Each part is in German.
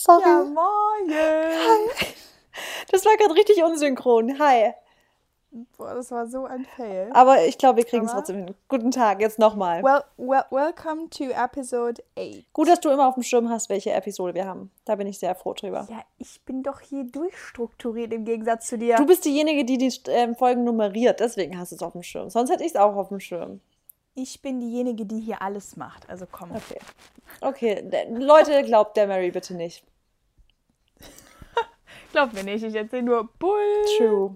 Sorry. Ja, moin. Hi. Das war gerade richtig unsynchron. Hi. Boah, das war so ein Fail. Aber ich glaube, wir kriegen es Aber- trotzdem hin. Guten Tag, jetzt nochmal. Welcome to episode 8. Gut, dass du immer auf dem Schirm hast, welche Episode wir haben. Da bin ich sehr froh drüber. Ja, ich bin doch hier durchstrukturiert im Gegensatz zu dir. Du bist diejenige, die die Folgen nummeriert. Deswegen hast du es auf dem Schirm. Sonst hätte ich es auch auf dem Schirm. Ich bin diejenige, die hier alles macht. Also komm. Okay. Leute, glaubt der Mary bitte nicht. Glaub mir nicht, ich erzähle nur Bull. True.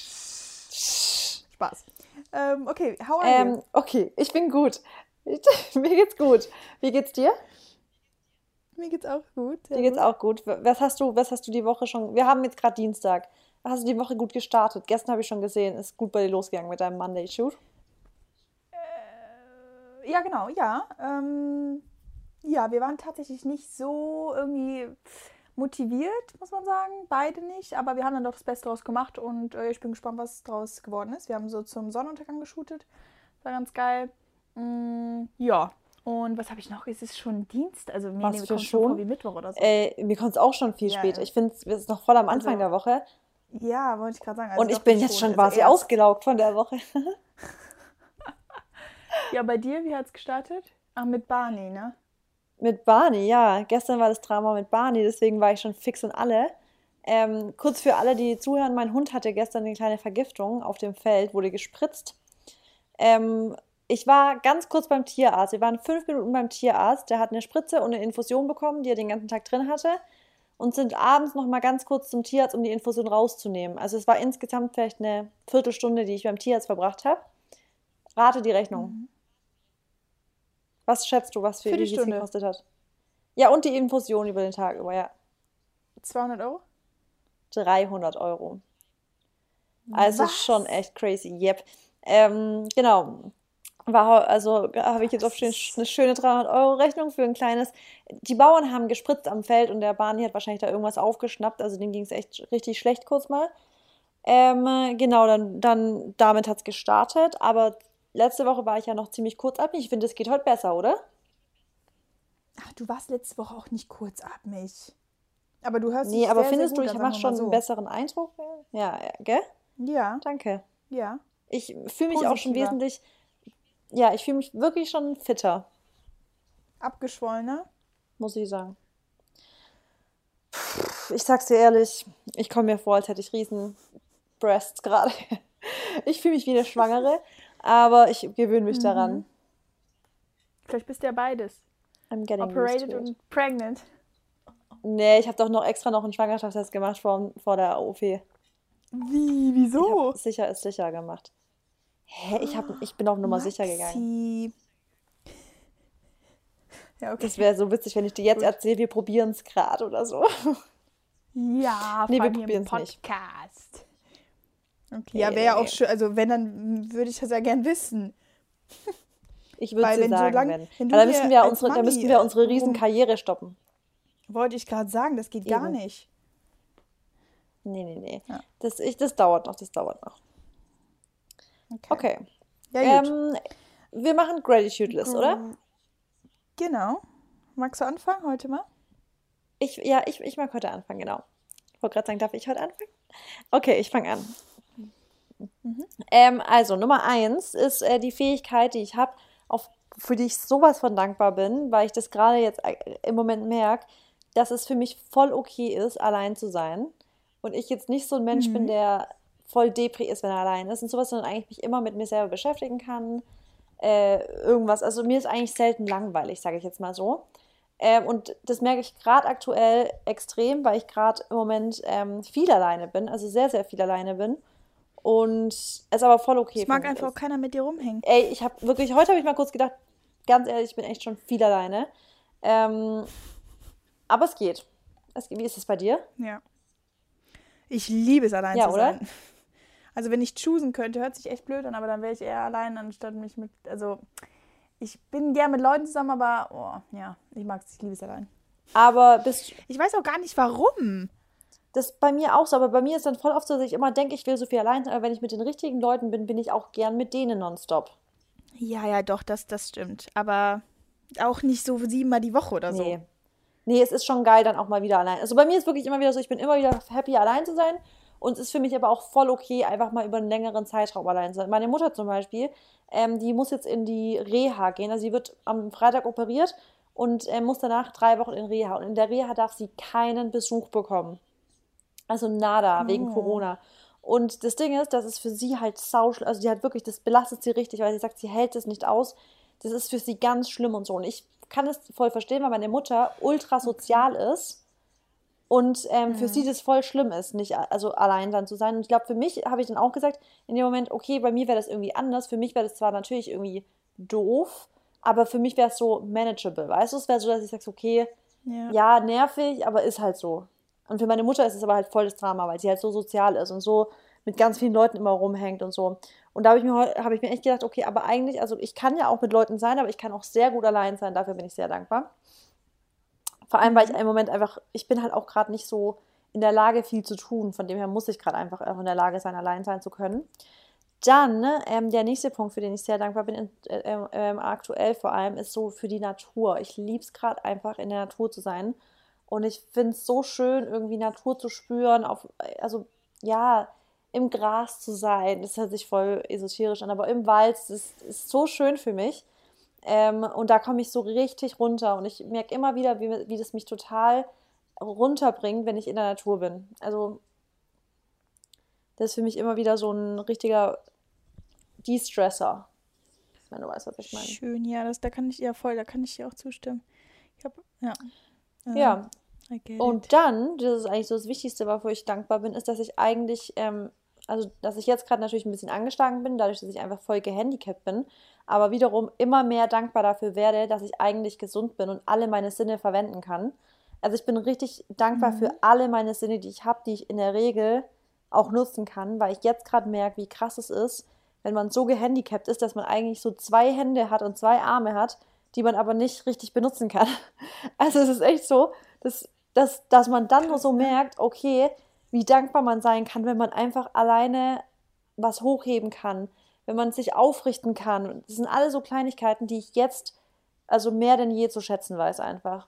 Spaß. Okay, how are you? Okay, ich bin gut. Mir geht's gut. Wie geht's dir? Mir geht's auch gut. Dir geht's auch gut. Was hast du die Woche schon... Wir haben jetzt gerade Dienstag. Hast du die Woche gut gestartet? Gestern habe ich schon gesehen, ist gut bei dir losgegangen mit deinem Monday Shoot. Ja, genau, ja. Ja, wir waren tatsächlich nicht so irgendwie motiviert, muss man sagen. Beide nicht. Aber wir haben dann doch das Beste draus gemacht und ich bin gespannt, was draus geworden ist. Wir haben so zum Sonnenuntergang geshootet. Das war ganz geil. Ja. Und was habe ich noch? Es ist schon Dienst. Also mir Was für kommt schon? vor wie Mittwoch oder so. Mir kommt es auch schon viel Ja, später. ja. Ich finde, es ist noch voll am Anfang Also, der Woche. Ja, wollte ich gerade sagen. Also Und ich doch bin jetzt schon quasi erst. ausgelaugt von der Woche. Ja, bei dir, wie hat es gestartet? Ach, mit Barney, ne? Mit Barney, ja. Gestern war das Drama mit Barney, deswegen war ich schon fix und alle. Kurz für alle, die zuhören, mein Hund hatte gestern eine kleine Vergiftung auf dem Feld, wurde gespritzt. Ich war ganz kurz beim Tierarzt. Wir waren 5 Minuten beim Tierarzt. Der hat eine Spritze und eine Infusion bekommen, die er den ganzen Tag drin hatte. Und sind abends noch mal ganz kurz zum Tierarzt, um die Infusion rauszunehmen. Also es war insgesamt vielleicht eine Viertelstunde, die ich beim Tierarzt verbracht habe. Rate die Rechnung. Was schätzt du, was für wie viel es Viertelstunde. gekostet hat? Ja, und die Infusion über den Tag über, ja. 200 Euro? 300 Euro. Also Was? schon echt crazy. Yep. Genau. Habe ich jetzt auf eine schöne 300-Euro-Rechnung für ein kleines. Die Bauern haben gespritzt am Feld und der Barney hat wahrscheinlich da irgendwas aufgeschnappt. Also dem ging es echt richtig schlecht kurz mal. Genau, dann damit hat es gestartet. Aber letzte Woche war ich ja noch ziemlich kurzatmig. Ich finde, es geht heute besser, oder? Ach, du warst letzte Woche auch nicht kurzatmig. Aber du hörst Nee, dich aber sehr, findest sehr du, gut ich an, mache sagen wir schon mal einen so. besseren Eindruck? Ja, gell? Ja, Danke. ja. Ich fühle mich auch schon Positiver. wesentlich, ja, ich fühle mich wirklich schon fitter, Abgeschwollener. muss ich sagen. Ich sag's dir ehrlich, ich komme mir vor, als hätte ich riesen Breasts gerade. Ich fühle mich wie eine Schwangere, aber ich gewöhne mich daran. Vielleicht bist du ja beides. I'm getting Operated used to it. und pregnant. Nee, ich habe doch noch extra noch einen Schwangerschaftstest gemacht vor der OP. Ich Wieso? habe sicher ist sicher gemacht. Hä? Ich bin auf Nummer sicher gegangen. Maxi. Ja, okay. Das wäre so witzig, wenn ich dir jetzt erzähle, wir probieren es gerade oder so. Ja, Nee, vor wir allem hier im probieren's nicht. Podcast. Okay. Ja, wäre ja auch schön. Also wenn, dann würde ich das ja gern wissen. Ich würde Weil dir wenn so sagen, lang- wenn. wenn du Aber hier da als Mami, müssten wir unsere rum- Riesenkarriere stoppen. Wollte ich gerade sagen, das geht gar Eben. nicht. Nee. Ja. Das dauert noch. Okay. Ja, gut. Wir machen Gratitude List, oder? Genau. Magst du anfangen heute mal? Ich mag heute anfangen, genau. Ich wollte gerade sagen, darf ich heute anfangen? Okay, ich fange an. Also, Nummer 1 ist die Fähigkeit, die ich habe, für die ich sowas von dankbar bin, weil ich das gerade jetzt im Moment merke, dass es für mich voll okay ist, allein zu sein. Und ich jetzt nicht so ein Mensch bin, der voll Depri ist, wenn er allein ist und sowas, sondern eigentlich mich immer mit mir selber beschäftigen kann. Irgendwas. Also mir ist eigentlich selten langweilig, sage ich jetzt mal so. Und das merke ich gerade aktuell extrem, weil ich gerade im Moment viel alleine bin, also sehr, sehr viel alleine bin. Und es aber voll okay Es mag für mich einfach auch ist. keiner mit dir rumhängen. Ey, heute habe ich mal kurz gedacht, ganz ehrlich, ich bin echt schon viel alleine. Aber es geht. Wie ist es bei dir? Ja. Ich liebe es, allein Ja, zu oder? sein. Also wenn ich choosen könnte, hört sich echt blöd an, aber dann wäre ich eher allein, anstatt mich mit, also ich bin gern mit Leuten zusammen, aber ja, ich mag es, ich liebe es allein. Aber Ich weiß auch gar nicht, warum. das ist bei mir auch so, aber bei mir ist dann voll oft so, dass ich immer denke, ich will so viel allein sein, aber wenn ich mit den richtigen Leuten bin, bin ich auch gern mit denen nonstop. Ja, doch, das stimmt. Aber auch nicht so 7-mal die Woche oder so. Nee. nee, es ist schon geil, dann auch mal wieder allein. Also bei mir ist wirklich immer wieder so, ich bin immer wieder happy, allein zu sein. Und es ist für mich aber auch voll okay, einfach mal über einen längeren Zeitraum allein zu sein. Meine Mutter zum Beispiel, die muss jetzt in die Reha gehen. Also sie wird am Freitag operiert und muss danach 3 Wochen in Reha. Und in der Reha darf sie keinen Besuch bekommen. Also nada, wegen Oh. Corona. Und das Ding ist, das ist für sie halt also die hat wirklich, das belastet sie richtig, weil sie sagt, sie hält es nicht aus. Das ist für sie ganz schlimm und so. Und ich kann es voll verstehen, weil meine Mutter ultra Okay. sozial ist und für sie Mhm. das voll schlimm ist, nicht also allein dann zu sein. Und ich glaube, für mich habe ich dann auch gesagt, in dem Moment, okay, bei mir wäre das irgendwie anders. Für mich wäre das zwar natürlich irgendwie doof, aber für mich wäre es so manageable. Weißt du, es wäre so, dass ich sage, okay, Ja. ja, nervig, aber ist halt so. Und für meine Mutter ist es aber halt voll das Drama, weil sie halt so sozial ist und so mit ganz vielen Leuten immer rumhängt und so. Und da habe ich mir echt gedacht, okay, aber eigentlich, also ich kann ja auch mit Leuten sein, aber ich kann auch sehr gut allein sein. Dafür bin ich sehr dankbar. Vor allem, weil ich Mhm. im Moment einfach, ich bin halt auch gerade nicht so in der Lage, viel zu tun. Von dem her muss ich gerade einfach auch in der Lage sein, allein sein zu können. Dann, der nächste Punkt, für den ich sehr dankbar bin, aktuell vor allem, ist so für die Natur. Ich liebe es gerade einfach, in der Natur zu sein. Und ich finde es so schön, irgendwie Natur zu spüren, also ja, im Gras zu sein. Das hört sich voll esoterisch an, aber im Wald, das ist so schön für mich. Und da komme ich so richtig runter. Und ich merke immer wieder, wie das mich total runterbringt, wenn ich in der Natur bin. Also, das ist für mich immer wieder so ein richtiger De-Stressor, wenn du weißt, was ich meine. Schön, ja, da kann ich ja voll, da kann ich dir auch zustimmen. Ich habe, ja, äh, Ja, I get und it. dann, das ist eigentlich so das Wichtigste, wofür ich dankbar bin, ist, dass ich eigentlich, also dass ich jetzt gerade natürlich ein bisschen angeschlagen bin, dadurch, dass ich einfach voll gehandicapt bin, aber wiederum immer mehr dankbar dafür werde, dass ich eigentlich gesund bin und alle meine Sinne verwenden kann. Also ich bin richtig dankbar für Mhm. alle meine Sinne, die ich habe, die ich in der Regel auch nutzen kann, weil ich jetzt gerade merke, wie krass es ist, wenn man so gehandicapt ist, dass man eigentlich so 2 Hände hat und 2 Arme hat, die man aber nicht richtig benutzen kann. Also es ist echt so, dass man dann nur Krass, so ne? merkt, okay, wie dankbar man sein kann, wenn man einfach alleine was hochheben kann, wenn man sich aufrichten kann. Das sind alle so Kleinigkeiten, die ich jetzt also mehr denn je zu schätzen weiß einfach.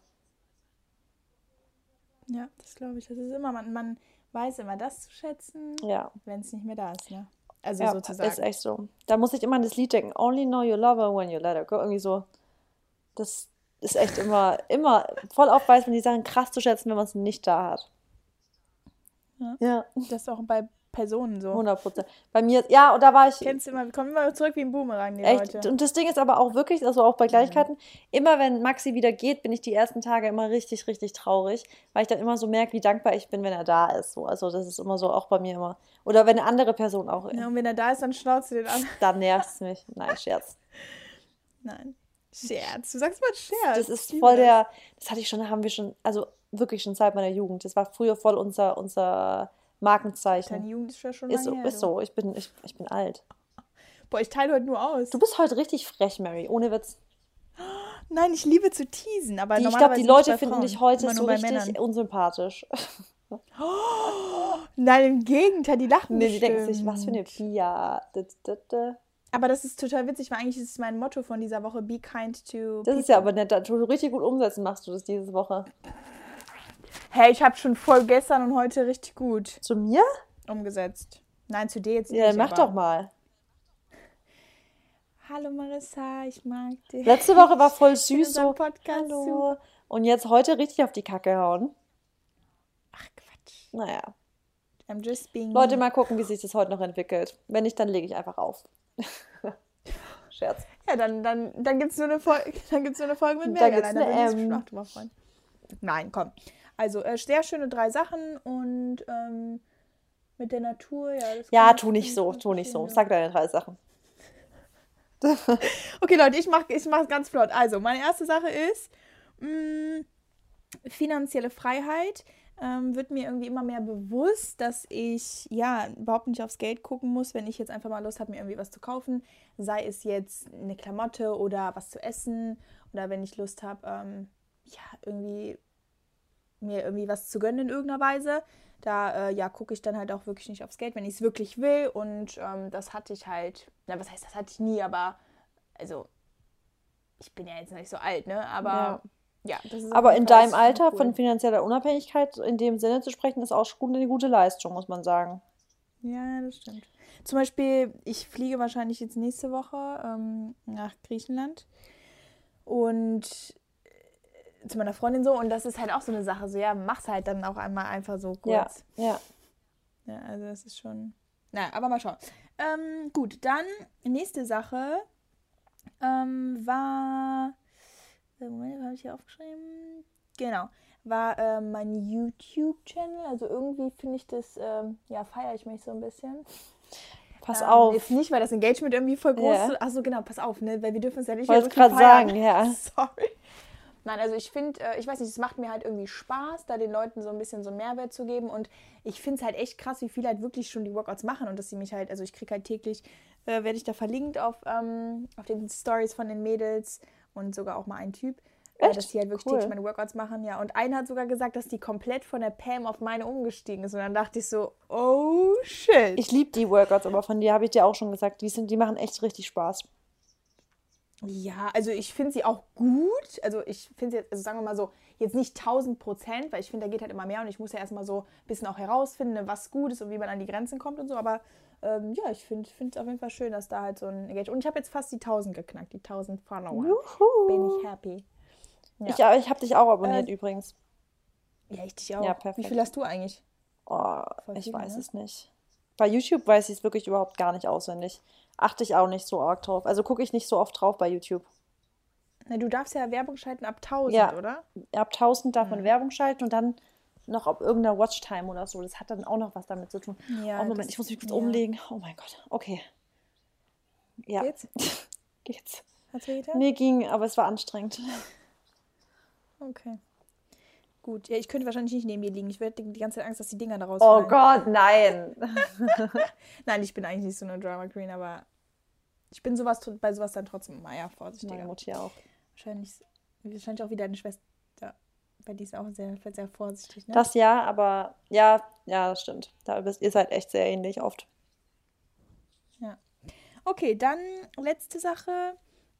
Ja, das glaube ich. Das ist immer, man weiß immer das zu schätzen, Ja, wenn es nicht mehr da ist, ne? Also ja, ist sozusagen. echt so. Da muss ich immer an das Lied denken, Only know you love her when you let her go. Irgendwie so. Das ist echt immer voll oft weiß man die Sachen krass zu schätzen, wenn man es nicht da hat. Ja. Ja, Das ist auch bei Personen so. 100%. Bei mir, ja, und da war ich Kennst du immer, kommen immer zurück wie ein Boomerang, die echt, Leute. und das Ding ist aber auch wirklich, also auch bei Mhm. Kleinigkeiten, immer wenn Maxi wieder geht, bin ich die ersten Tage immer richtig, richtig traurig, weil ich dann immer so merke, wie dankbar ich bin, wenn er da ist. So. Also das ist immer so, auch bei mir immer. Oder wenn eine andere Person auch, Ja, und wenn er da ist, dann schnauzt du den an. dann nervt es mich. Nein, Scherz. Nein. Scherz. Du sagst mal Das Scherz. ist Ich liebe voll das. das hatte ich schon, haben wir schon, also wirklich schon seit meiner Jugend. Das war früher voll unser Markenzeichen. Deine Jugend ist ja schon Ist lange so, her, ist du. so. Ich bin alt. Boah, ich teile heute nur Du aus. bist heute richtig frech, Mary, ohne Witz. Nein, ich liebe zu teasen, aber Ich glaube, die normalerweise nicht Leute bei finden dich Frauen. heute Immer so nur bei richtig Männern. unsympathisch. Oh, nein, im Gegenteil, die lachen Nee, die denken sich, was für eine bestimmt. Pia. Aber das ist total witzig, weil eigentlich ist es mein Motto von dieser Woche: Be kind to Das ist ja people. aber nett. Da du richtig gut umsetzen, machst du das diese Woche. Hey, ich habe schon voll gestern und heute richtig gut Zu mir? umgesetzt. Nein, zu dir jetzt Ja, dann nicht, mach doch aber. mal. Hallo Marissa, ich mag dich. Letzte Woche war voll Ich finde süß, unseren so, Podcast hallo. super. Und jetzt heute richtig auf die Kacke hauen. Ach Quatsch. Naja. I'm just being Leute, me. mal gucken, wie sich das heute noch entwickelt. Wenn nicht, dann lege ich einfach auf. Scherz. Ja, dann gibt es nur, nur eine Folge mit Da gibt's Melgerlein. Da eine würden die sich bestimmt auch M. drüber freuen. Nein, komm. Also, sehr schöne 3 Sachen und mit der Natur, ja, das Ja, kann ich voll tu nicht verstehen, so. ja. Sag deine 3 Sachen. Okay, Leute, ich mach's ganz flott. Also, meine erste Sache ist finanzielle Freiheit. Wird mir irgendwie immer mehr bewusst, dass ich ja überhaupt nicht aufs Geld gucken muss, wenn ich jetzt einfach mal Lust habe, mir irgendwie was zu kaufen. Sei es jetzt eine Klamotte oder was zu essen oder wenn ich Lust habe, ja, irgendwie mir irgendwie was zu gönnen in irgendeiner Weise. Da ja, gucke ich dann halt auch wirklich nicht aufs Geld, wenn ich es wirklich will. Und das hatte ich halt, na, was heißt, das hatte ich nie, aber also ich bin ja jetzt noch nicht so alt, ne? Ja. Aber Ja, das ist auf Aber jeden in Fall deinem super Alter von cool. finanzieller Unabhängigkeit in dem Sinne zu sprechen, ist auch schon eine gute Leistung, muss man sagen. Ja, das stimmt. Zum Beispiel, ich fliege wahrscheinlich jetzt nächste Woche nach Griechenland und zu meiner Freundin so. Und das ist halt auch so eine Sache. So, ja, mach's halt dann auch einmal einfach so Ja, kurz. ja. Ja, also das ist schon. Naja, aber mal schauen. Gut, dann nächste Sache war. Moment, habe ich hier aufgeschrieben? Genau. War mein YouTube-Channel. Also irgendwie finde ich das, ja, feiere ich mich so ein bisschen. Pass Jetzt auf. nicht, weil das Engagement irgendwie voll groß Ja. ist. Achso, genau, pass auf, ne? Weil wir dürfen es ja nicht mehr Wollte so es viel gerade feiern. sagen, ja. Sorry. Nein, also ich finde, ich weiß nicht, es macht mir halt irgendwie Spaß, da den Leuten so ein bisschen so einen Mehrwert zu geben. Und ich finde es halt echt krass, wie viele halt wirklich schon die Workouts machen und dass sie mich halt, also ich kriege halt täglich, werde ich da verlinkt auf den Stories von den Mädels und sogar auch mal ein Typ, dass Echt? die halt wirklich täglich Cool. meine Workouts machen, ja. Und einer hat sogar gesagt, dass die komplett von der Pam auf meine umgestiegen ist. Und dann dachte ich so, oh shit. Ich liebe die Workouts, aber von dir habe ich dir auch schon gesagt, die machen echt richtig Spaß. Ja, also ich finde sie auch gut. Also ich finde sie jetzt, also sagen wir mal so, jetzt nicht 1000%, weil ich finde, da geht halt immer mehr und ich muss ja erstmal so ein bisschen auch herausfinden, ne, was gut ist und wie man an die Grenzen kommt und so. Aber ja, ich finde es auf jeden Fall schön, dass da halt so ein Engagement. Und ich habe jetzt fast die 1000 geknackt, die 1000 Follower. Bin Juhu. ich happy. Ich, Ja. ich habe dich auch Äh, abonniert übrigens. ja, ich dich Ja, auch. Wie viel perfekt. hast du eigentlich? Oh, Voll ich viele, weiß ne? es nicht. Bei YouTube weiß ich es wirklich überhaupt gar nicht auswendig. Achte ich auch nicht so arg drauf. Also gucke ich nicht so oft drauf bei YouTube. Na, du darfst ja Werbung schalten ab 1000, Ja, oder? ab 1000 darf man Mhm. Werbung schalten und dann noch ab irgendeiner Watchtime oder so. Das hat dann auch noch was damit zu tun. Oh, Ja, Moment, ich muss mich kurz ja. umlegen. Oh mein Gott. Okay. Ja, Geht's? geht's. Hat's wehgetan? Nee, ging, aber es war anstrengend. Okay. Gut. Ja, ich könnte wahrscheinlich nicht neben dir liegen. Ich werde die ganze Zeit Angst, dass die Dinger da Oh rausfallen. Gott, nein. Nein, ich bin eigentlich nicht so eine Drama Queen, aber ich bin bei sowas dann trotzdem immer eher Meine vorsichtiger. Mutti auch. Wahrscheinlich auch wieder deine Schwester, weil die ist auch sehr, sehr vorsichtig, ne? Das ja, aber ja, das stimmt. Ihr seid echt sehr ähnlich oft. Ja. Okay, dann letzte Sache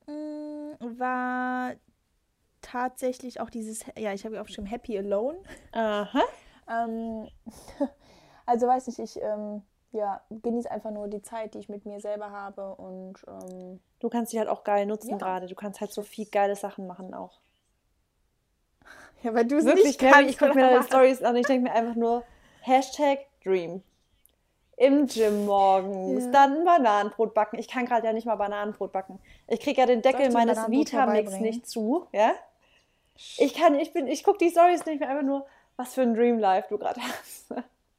war tatsächlich auch dieses, ja, ich habe ja auch schon Happy Alone. Aha. Ähm, also weiß nicht, ich ja, genieße einfach nur die Zeit, die ich mit mir selber habe und Du kannst dich halt auch geil nutzen ja, gerade. Du kannst halt so viel geile Sachen machen auch. ja, weil du es Wirklich, nicht Mary, kannst. ich gucke mir deine Stories an und ich denke mir einfach nur, #Dream. Im Gym morgens, Ja. dann Bananenbrot backen. Ich kann gerade ja nicht mal Bananenbrot backen. Ich kriege ja den Soll ich Deckel dir meines Bananenbrot Vitamix herbeibringen? nicht zu, ja? Ich gucke die Stories nicht mehr einfach nur, was für ein Dream Life du gerade hast.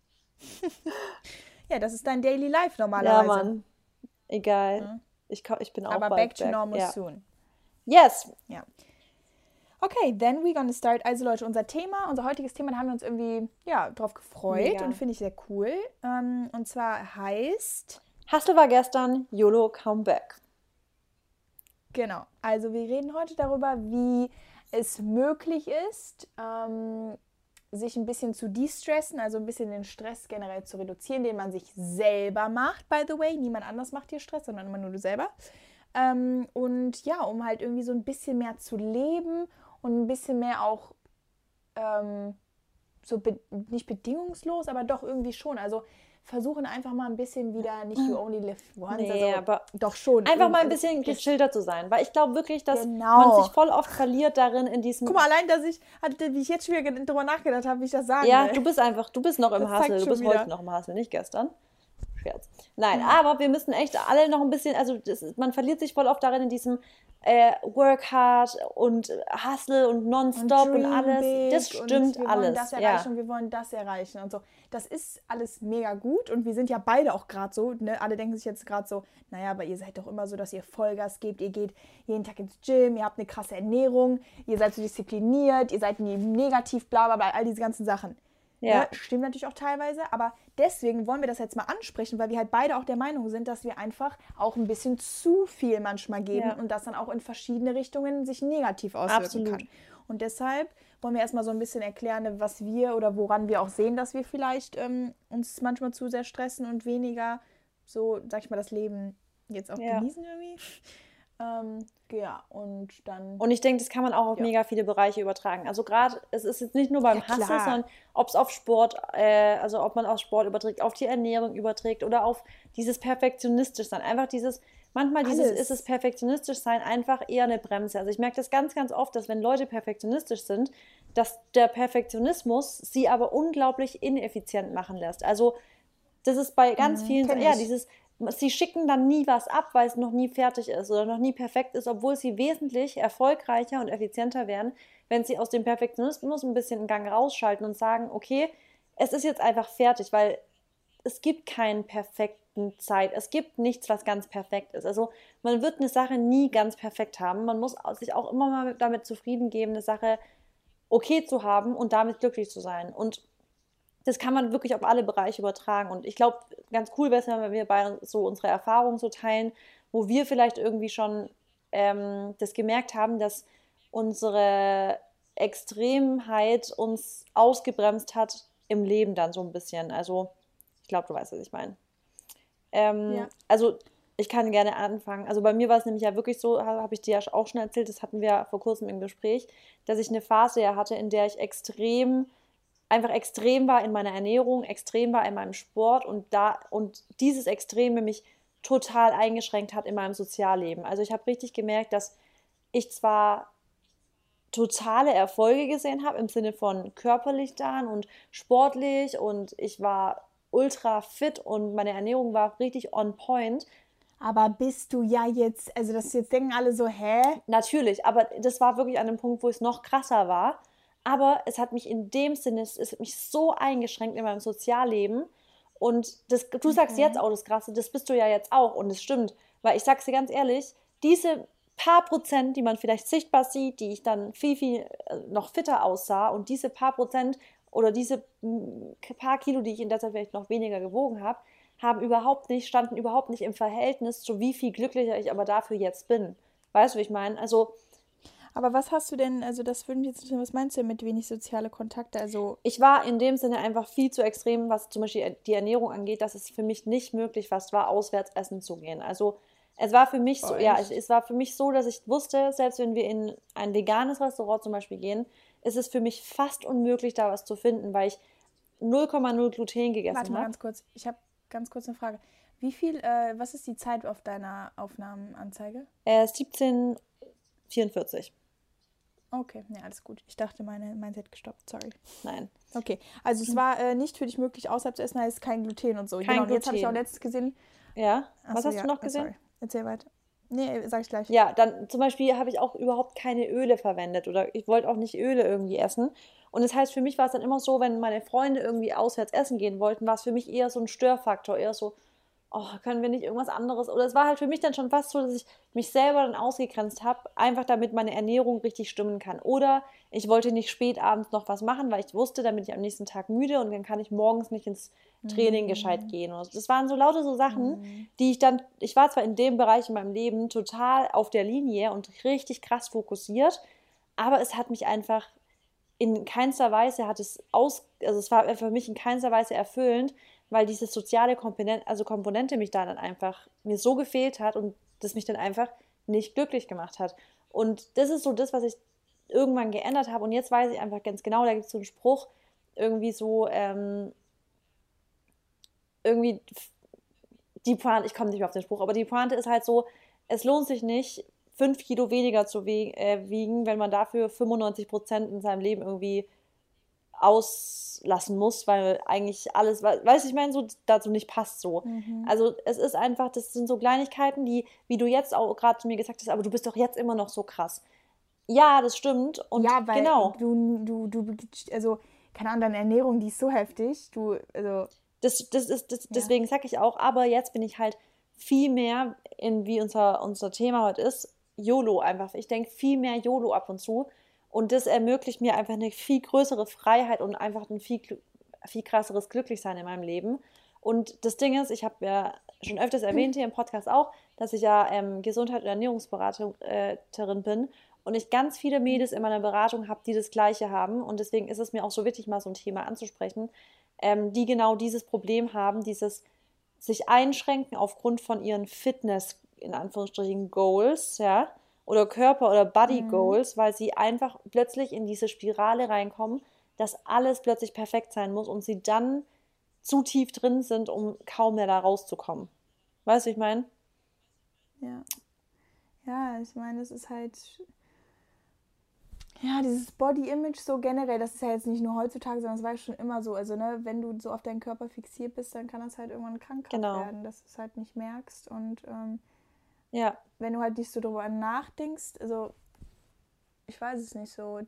Ja, das ist dein Daily Life Ja, normalerweise. Mann. Egal. Ja. Ich bin auch Aber bald back to back. normal Ja. soon. Yes. Ja. Okay, then we're gonna start. Also Leute, unser heutiges Thema, da haben wir uns irgendwie, ja, drauf gefreut Mega. und finde ich sehr cool. Und zwar heißt, Hustle war gestern, YOLO come back. genau, also wir reden heute darüber, wie es möglich ist, sich ein bisschen zu de-stressen, also ein bisschen den Stress generell zu reduzieren, den man sich selber macht, by the way. Niemand anders macht dir Stress, sondern immer nur du selber. Und ja, um halt irgendwie so ein bisschen mehr zu leben und ein bisschen mehr auch nicht bedingungslos, aber doch irgendwie schon. Also versuchen einfach mal ein bisschen wieder nicht you only live once, Nee, also aber doch schon. einfach mal ein Also bisschen gechillter zu sein. Weil ich glaube wirklich, dass Genau. man sich voll oft verliert darin in diesem. Guck mal, allein, wie ich jetzt schon wieder drüber nachgedacht habe, wie ich das sagen Ja, will. du bist noch im Das zeigt Hustle. Du schon bist wieder. heute noch im Hustle, nicht gestern. Scherz. Nein, aber wir müssen echt alle noch ein bisschen, also man verliert sich voll oft darin in diesem Work hard und Hustle und Nonstop und Dream alles. big Das und stimmt wir wollen alles. das Ja. erreichen und wir wollen das erreichen und so. Das ist alles mega gut und wir sind ja beide auch gerade so, ne? Alle denken sich jetzt gerade so, naja, aber ihr seid doch immer so, dass ihr Vollgas gebt, ihr geht jeden Tag ins Gym, ihr habt eine krasse Ernährung, ihr seid so diszipliniert, ihr seid nie negativ, bla bla bla, all diese ganzen Sachen. Ja. Ne? Stimmt natürlich auch teilweise, aber deswegen wollen wir das jetzt mal ansprechen, weil wir halt beide auch der Meinung sind, dass wir einfach auch ein bisschen zu viel manchmal geben Ja. und das dann auch in verschiedene Richtungen sich negativ auswirken Absolut. kann. Und deshalb wollen wir erstmal so ein bisschen erklären, was wir oder woran wir auch sehen, dass wir vielleicht uns manchmal zu sehr stressen und weniger so, sag ich mal, das Leben jetzt auch Ja. genießen irgendwie. Ja, und dann, Und ich denke, das kann man auch auf ja. mega viele Bereiche übertragen. Also gerade, es ist jetzt nicht nur Ja, beim Hustle, klar. sondern ob es auf Sport, also ob man auf Sport überträgt, auf die Ernährung überträgt oder auf dieses perfektionistisch sein. Einfach dieses, manchmal dieses ist es Alles. perfektionistisch sein einfach eher eine Bremse. Also ich merke das ganz, ganz oft, dass wenn Leute perfektionistisch sind, dass der Perfektionismus sie aber unglaublich ineffizient machen lässt. Also das ist bei ganz vielen, Kenne ja, ich. dieses, sie schicken dann nie was ab, weil es noch nie fertig ist oder noch nie perfekt ist, obwohl sie wesentlich erfolgreicher und effizienter wären, wenn sie aus dem Perfektionismus ein bisschen einen Gang rausschalten und sagen, okay, es ist jetzt einfach fertig, weil es gibt keinen perfekten Zeit, es gibt nichts, was ganz perfekt ist. Also man wird eine Sache nie ganz perfekt haben. Man muss sich auch immer mal damit zufrieden geben, eine Sache okay zu haben und damit glücklich zu sein. Und das kann man wirklich auf alle Bereiche übertragen. Und ich glaube, ganz cool wäre es, wenn wir bei so unsere Erfahrungen so teilen, wo wir vielleicht irgendwie schon das gemerkt haben, dass unsere Extremheit uns ausgebremst hat im Leben dann so ein bisschen. Also, ich glaube, du weißt, was ich meine. Ja. Also, ich kann gerne anfangen. Also, bei mir war es nämlich ja wirklich so, habe ich dir ja auch schon erzählt, das hatten wir vor kurzem im Gespräch, dass ich eine Phase ja hatte, in der ich einfach extrem war in meiner Ernährung, extrem war in meinem Sport und dieses Extreme mich total eingeschränkt hat in meinem Sozialleben. Also ich habe richtig gemerkt, dass ich zwar totale Erfolge gesehen habe im Sinne von körperlich dann und sportlich und ich war ultra fit und meine Ernährung war richtig on point. Aber bist du ja jetzt, also das jetzt denken alle so, hä? Natürlich, aber das war wirklich an einem Punkt, wo es noch krasser war. Aber es hat mich in dem Sinne, es hat mich so eingeschränkt in meinem Sozialleben. Und das, du sagst jetzt Okay. auch das Krasse, das bist du ja jetzt auch. Und es stimmt, weil ich sag's dir ganz ehrlich, diese paar Prozent, die man vielleicht sichtbar sieht, die ich dann viel, viel noch fitter aussah und diese paar Prozent oder diese paar Kilo, die ich in der Zeit vielleicht noch weniger gewogen habe, standen überhaupt nicht im Verhältnis zu wie viel glücklicher ich aber dafür jetzt bin. Weißt du, wie ich meine? Also, Aber was hast du denn, also das würde mich jetzt interessieren, was meinst du denn mit wenig soziale Kontakte? Also, ich war in dem Sinne einfach viel zu extrem, was zum Beispiel die Ernährung angeht, dass es für mich nicht möglich fast war, auswärts essen zu gehen. Also, es war für mich so, oh ja, es echt? es war für mich so, dass ich wusste, selbst wenn wir in ein veganes Restaurant zum Beispiel gehen, ist es für mich fast unmöglich, da was zu finden, weil ich 0,0 Gluten Warte gegessen mal habe. ganz kurz. Ich habe ganz kurz eine Frage. Wie viel, was ist die Zeit auf deiner Aufnahmenanzeige? 17,44. Okay, ja, alles gut. Ich dachte, mein hat gestoppt, sorry. Nein, Okay, also es war nicht für dich möglich, außerhalb zu essen, heißt kein Gluten und so. Genau, kein und jetzt habe ich auch Gluten. letztens gesehen. Ja, was Achso, hast du ja, noch gesehen? sorry. Erzähl weiter. Nee, sag ich gleich. Ja, dann zum Beispiel habe ich auch überhaupt keine Öle verwendet oder ich wollte auch nicht Öle irgendwie essen. Und das heißt, für mich war es dann immer so, wenn meine Freunde irgendwie auswärts essen gehen wollten, war es für mich eher so ein Störfaktor, eher so, oh, können wir nicht irgendwas anderes? Oder es war halt für mich dann schon fast so, dass ich mich selber dann ausgegrenzt habe, einfach damit meine Ernährung richtig stimmen kann. Oder ich wollte nicht spät abends noch was machen, weil ich wusste, dann bin ich am nächsten Tag müde und dann kann ich morgens nicht ins Training gescheit gehen. Und das waren so lauter so Sachen, die ich war zwar in dem Bereich in meinem Leben total auf der Linie und richtig krass fokussiert, aber es hat mich einfach in keinster Weise also es war für mich in keinster Weise erfüllend, weil diese soziale Komponente mich da dann einfach mir so gefehlt hat und das mich dann einfach nicht glücklich gemacht hat. Und das ist so das, was ich irgendwann geändert habe. Und jetzt weiß ich einfach ganz genau, da gibt es so einen Spruch, irgendwie so, irgendwie die Pointe, ich komme nicht mehr auf den Spruch, aber die Pointe ist halt so, es lohnt sich nicht, 5 Kilo weniger zu wiegen, wenn man dafür 95% in seinem Leben irgendwie auslassen muss, weil eigentlich alles, weißt du, ich meine, so dazu nicht passt so. Also es ist einfach, das sind so Kleinigkeiten, die, wie du jetzt auch gerade zu mir gesagt hast, aber du bist doch jetzt immer noch so krass. Ja, das stimmt und Ja, weil genau, also, keine Ahnung, deine Ernährung, die ist so heftig. Also, ja. deswegen sage ich auch, aber jetzt bin ich halt viel mehr in, wie unser Thema heute ist, YOLO einfach. Ich denke viel mehr YOLO ab und zu und das ermöglicht mir einfach eine viel größere Freiheit und einfach ein viel krasseres Glücklichsein in meinem Leben. Und das Ding ist, ich habe ja schon öfters erwähnt hier im Podcast auch, dass ich ja Gesundheit- und Ernährungsberaterin bin und ich ganz viele Mädels in meiner Beratung habe, die das Gleiche haben. Und deswegen ist es mir auch so wichtig, mal so ein Thema anzusprechen, die genau dieses Problem haben, dieses sich einschränken aufgrund von ihren in Anführungsstrichen Goals, ja, oder Körper- oder Mhm. Body-Goals, weil sie einfach plötzlich in diese Spirale reinkommen, dass alles plötzlich perfekt sein muss und sie dann zu tief drin sind, um kaum mehr da rauszukommen. Weißt du, wie ich meine? Ja. Ja, ich meine, es ist halt, ja, dieses Body-Image so generell, das ist ja jetzt nicht nur heutzutage, sondern es war ja schon immer so. Also, ne, wenn du so auf deinen Körper fixiert bist, dann kann das halt irgendwann krankhaft Genau. werden, dass du es halt nicht merkst. Und Ja, wenn du halt nicht so darüber nachdenkst, also ich weiß es nicht so.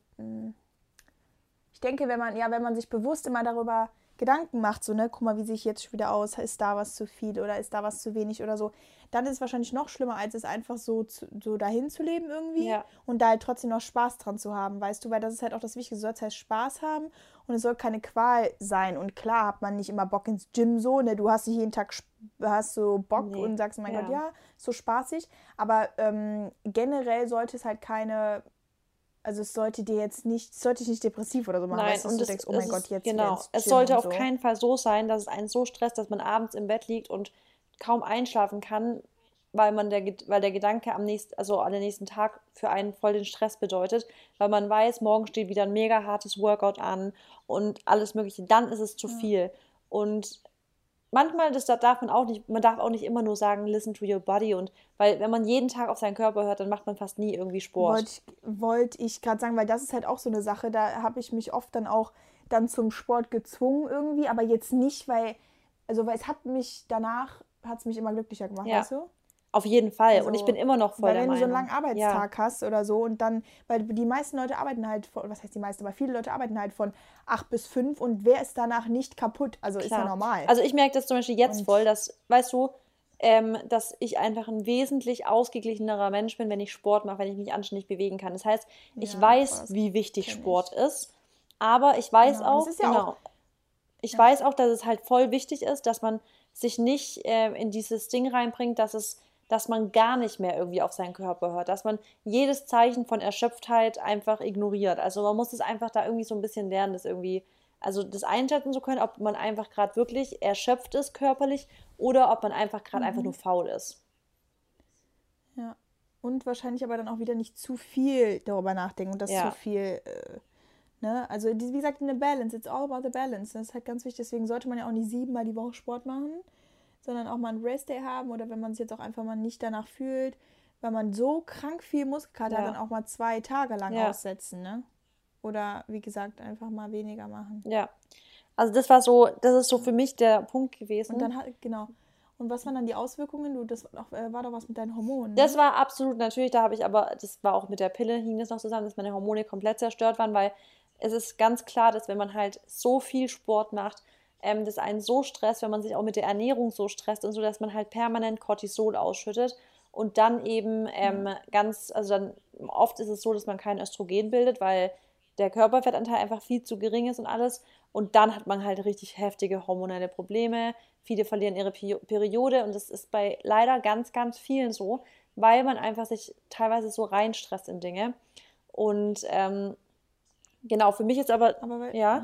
Ich denke, wenn man sich bewusst immer darüber Gedanken macht, so, ne, guck mal, wie sehe ich jetzt schon wieder aus, ist da was zu viel oder ist da was zu wenig oder so, dann ist es wahrscheinlich noch schlimmer, als es einfach so dahin zu leben irgendwie ja, und da halt trotzdem noch Spaß dran zu haben, weißt du, weil das ist halt auch das Wichtige, du sollst halt Spaß haben und es soll keine Qual sein und klar hat man nicht immer Bock ins Gym so, ne, du hast nicht jeden Tag hast so Bock nee, und sagst, mein Gott, ja. ja, so spaßig, aber generell sollte es halt keine, also es sollte dich nicht depressiv oder so machen, Nein, weißt du, dass und du denkst, oh es mein Gott, ist, jetzt wieder genau, ins es Gym sollte und auf so. keinen Fall so sein, dass es einen so stresst, dass man abends im Bett liegt und kaum einschlafen kann, weil der Gedanke also an den nächsten Tag für einen voll den Stress bedeutet, weil man weiß, morgen steht wieder ein mega hartes Workout an und alles Mögliche, dann ist es zu Ja. viel. Und manchmal, das darf man auch nicht, man darf auch nicht immer nur sagen, listen to your body und weil wenn man jeden Tag auf seinen Körper hört, dann macht man fast nie irgendwie Sport. Wollte ich gerade sagen, weil das ist halt auch so eine Sache, da habe ich mich oft dann auch dann zum Sport gezwungen irgendwie, aber jetzt nicht, weil es hat es mich immer glücklicher gemacht, Ja, weißt du? auf jeden Fall. Und ich bin Also, immer noch voll weil der wenn du so einen Meinung. langen Ja, Arbeitstag hast oder so und dann, weil die meisten Leute arbeiten halt von, was heißt die meisten, aber viele Leute arbeiten halt von 8 bis 5 und wer ist danach nicht kaputt? Also ist ja klar. normal. Also ich merke das zum Beispiel jetzt voll, Und dass, weißt du, dass ich einfach ein wesentlich ausgeglichenerer Mensch bin, wenn ich Sport mache, wenn ich mich anständig bewegen kann. Das heißt, ich ja, boah, weiß, das wie wichtig kenne Sport ich. ist, aber ich weiß Genau. Und es auch, ist ja auch, genau, ich ja, weiß auch, dass es halt voll wichtig ist, dass man sich nicht in dieses Ding reinbringt, dass man gar nicht mehr irgendwie auf seinen Körper hört, dass man jedes Zeichen von Erschöpftheit einfach ignoriert. Also man muss es einfach da irgendwie so ein bisschen lernen, das irgendwie, also das einschätzen zu können, ob man einfach gerade wirklich erschöpft ist körperlich oder ob man einfach nur faul ist. ja. Und wahrscheinlich aber dann auch wieder nicht zu viel darüber nachdenken und das zu Ja, viel, ne? Also, wie gesagt, eine Balance. It's all about the balance. Das ist halt ganz wichtig. Deswegen sollte man ja auch nicht 7-mal die Woche Sport machen, sondern auch mal einen Rest-Day haben oder wenn man sich jetzt auch einfach mal nicht danach fühlt, weil man so krank viel Muskelkater hat, dann ja, auch mal 2 Tage lang ja, aussetzen, ne? Oder wie gesagt, einfach mal weniger machen. ja. Also das ist so für mich der Punkt Und gewesen. dann halt, genau. Und was waren dann die Auswirkungen? War doch was mit deinen Hormonen, Das ne? war absolut natürlich, da habe ich aber, das war auch mit der Pille, hing das noch zusammen, dass meine Hormone komplett zerstört waren, weil es ist ganz klar, dass wenn man halt so viel Sport macht, das einen so stresst, wenn man sich auch mit der Ernährung so stresst und so, dass man halt permanent Cortisol ausschüttet und dann eben Ja. also dann oft ist es so, dass man kein Östrogen bildet, weil der Körperfettanteil einfach viel zu gering ist und alles. Und dann hat man halt richtig heftige hormonelle Probleme. Viele verlieren ihre Periode und das ist bei leider ganz, ganz vielen so, weil man einfach sich teilweise so reinstresst in Dinge. Und genau, für mich ist aber, Aber ja,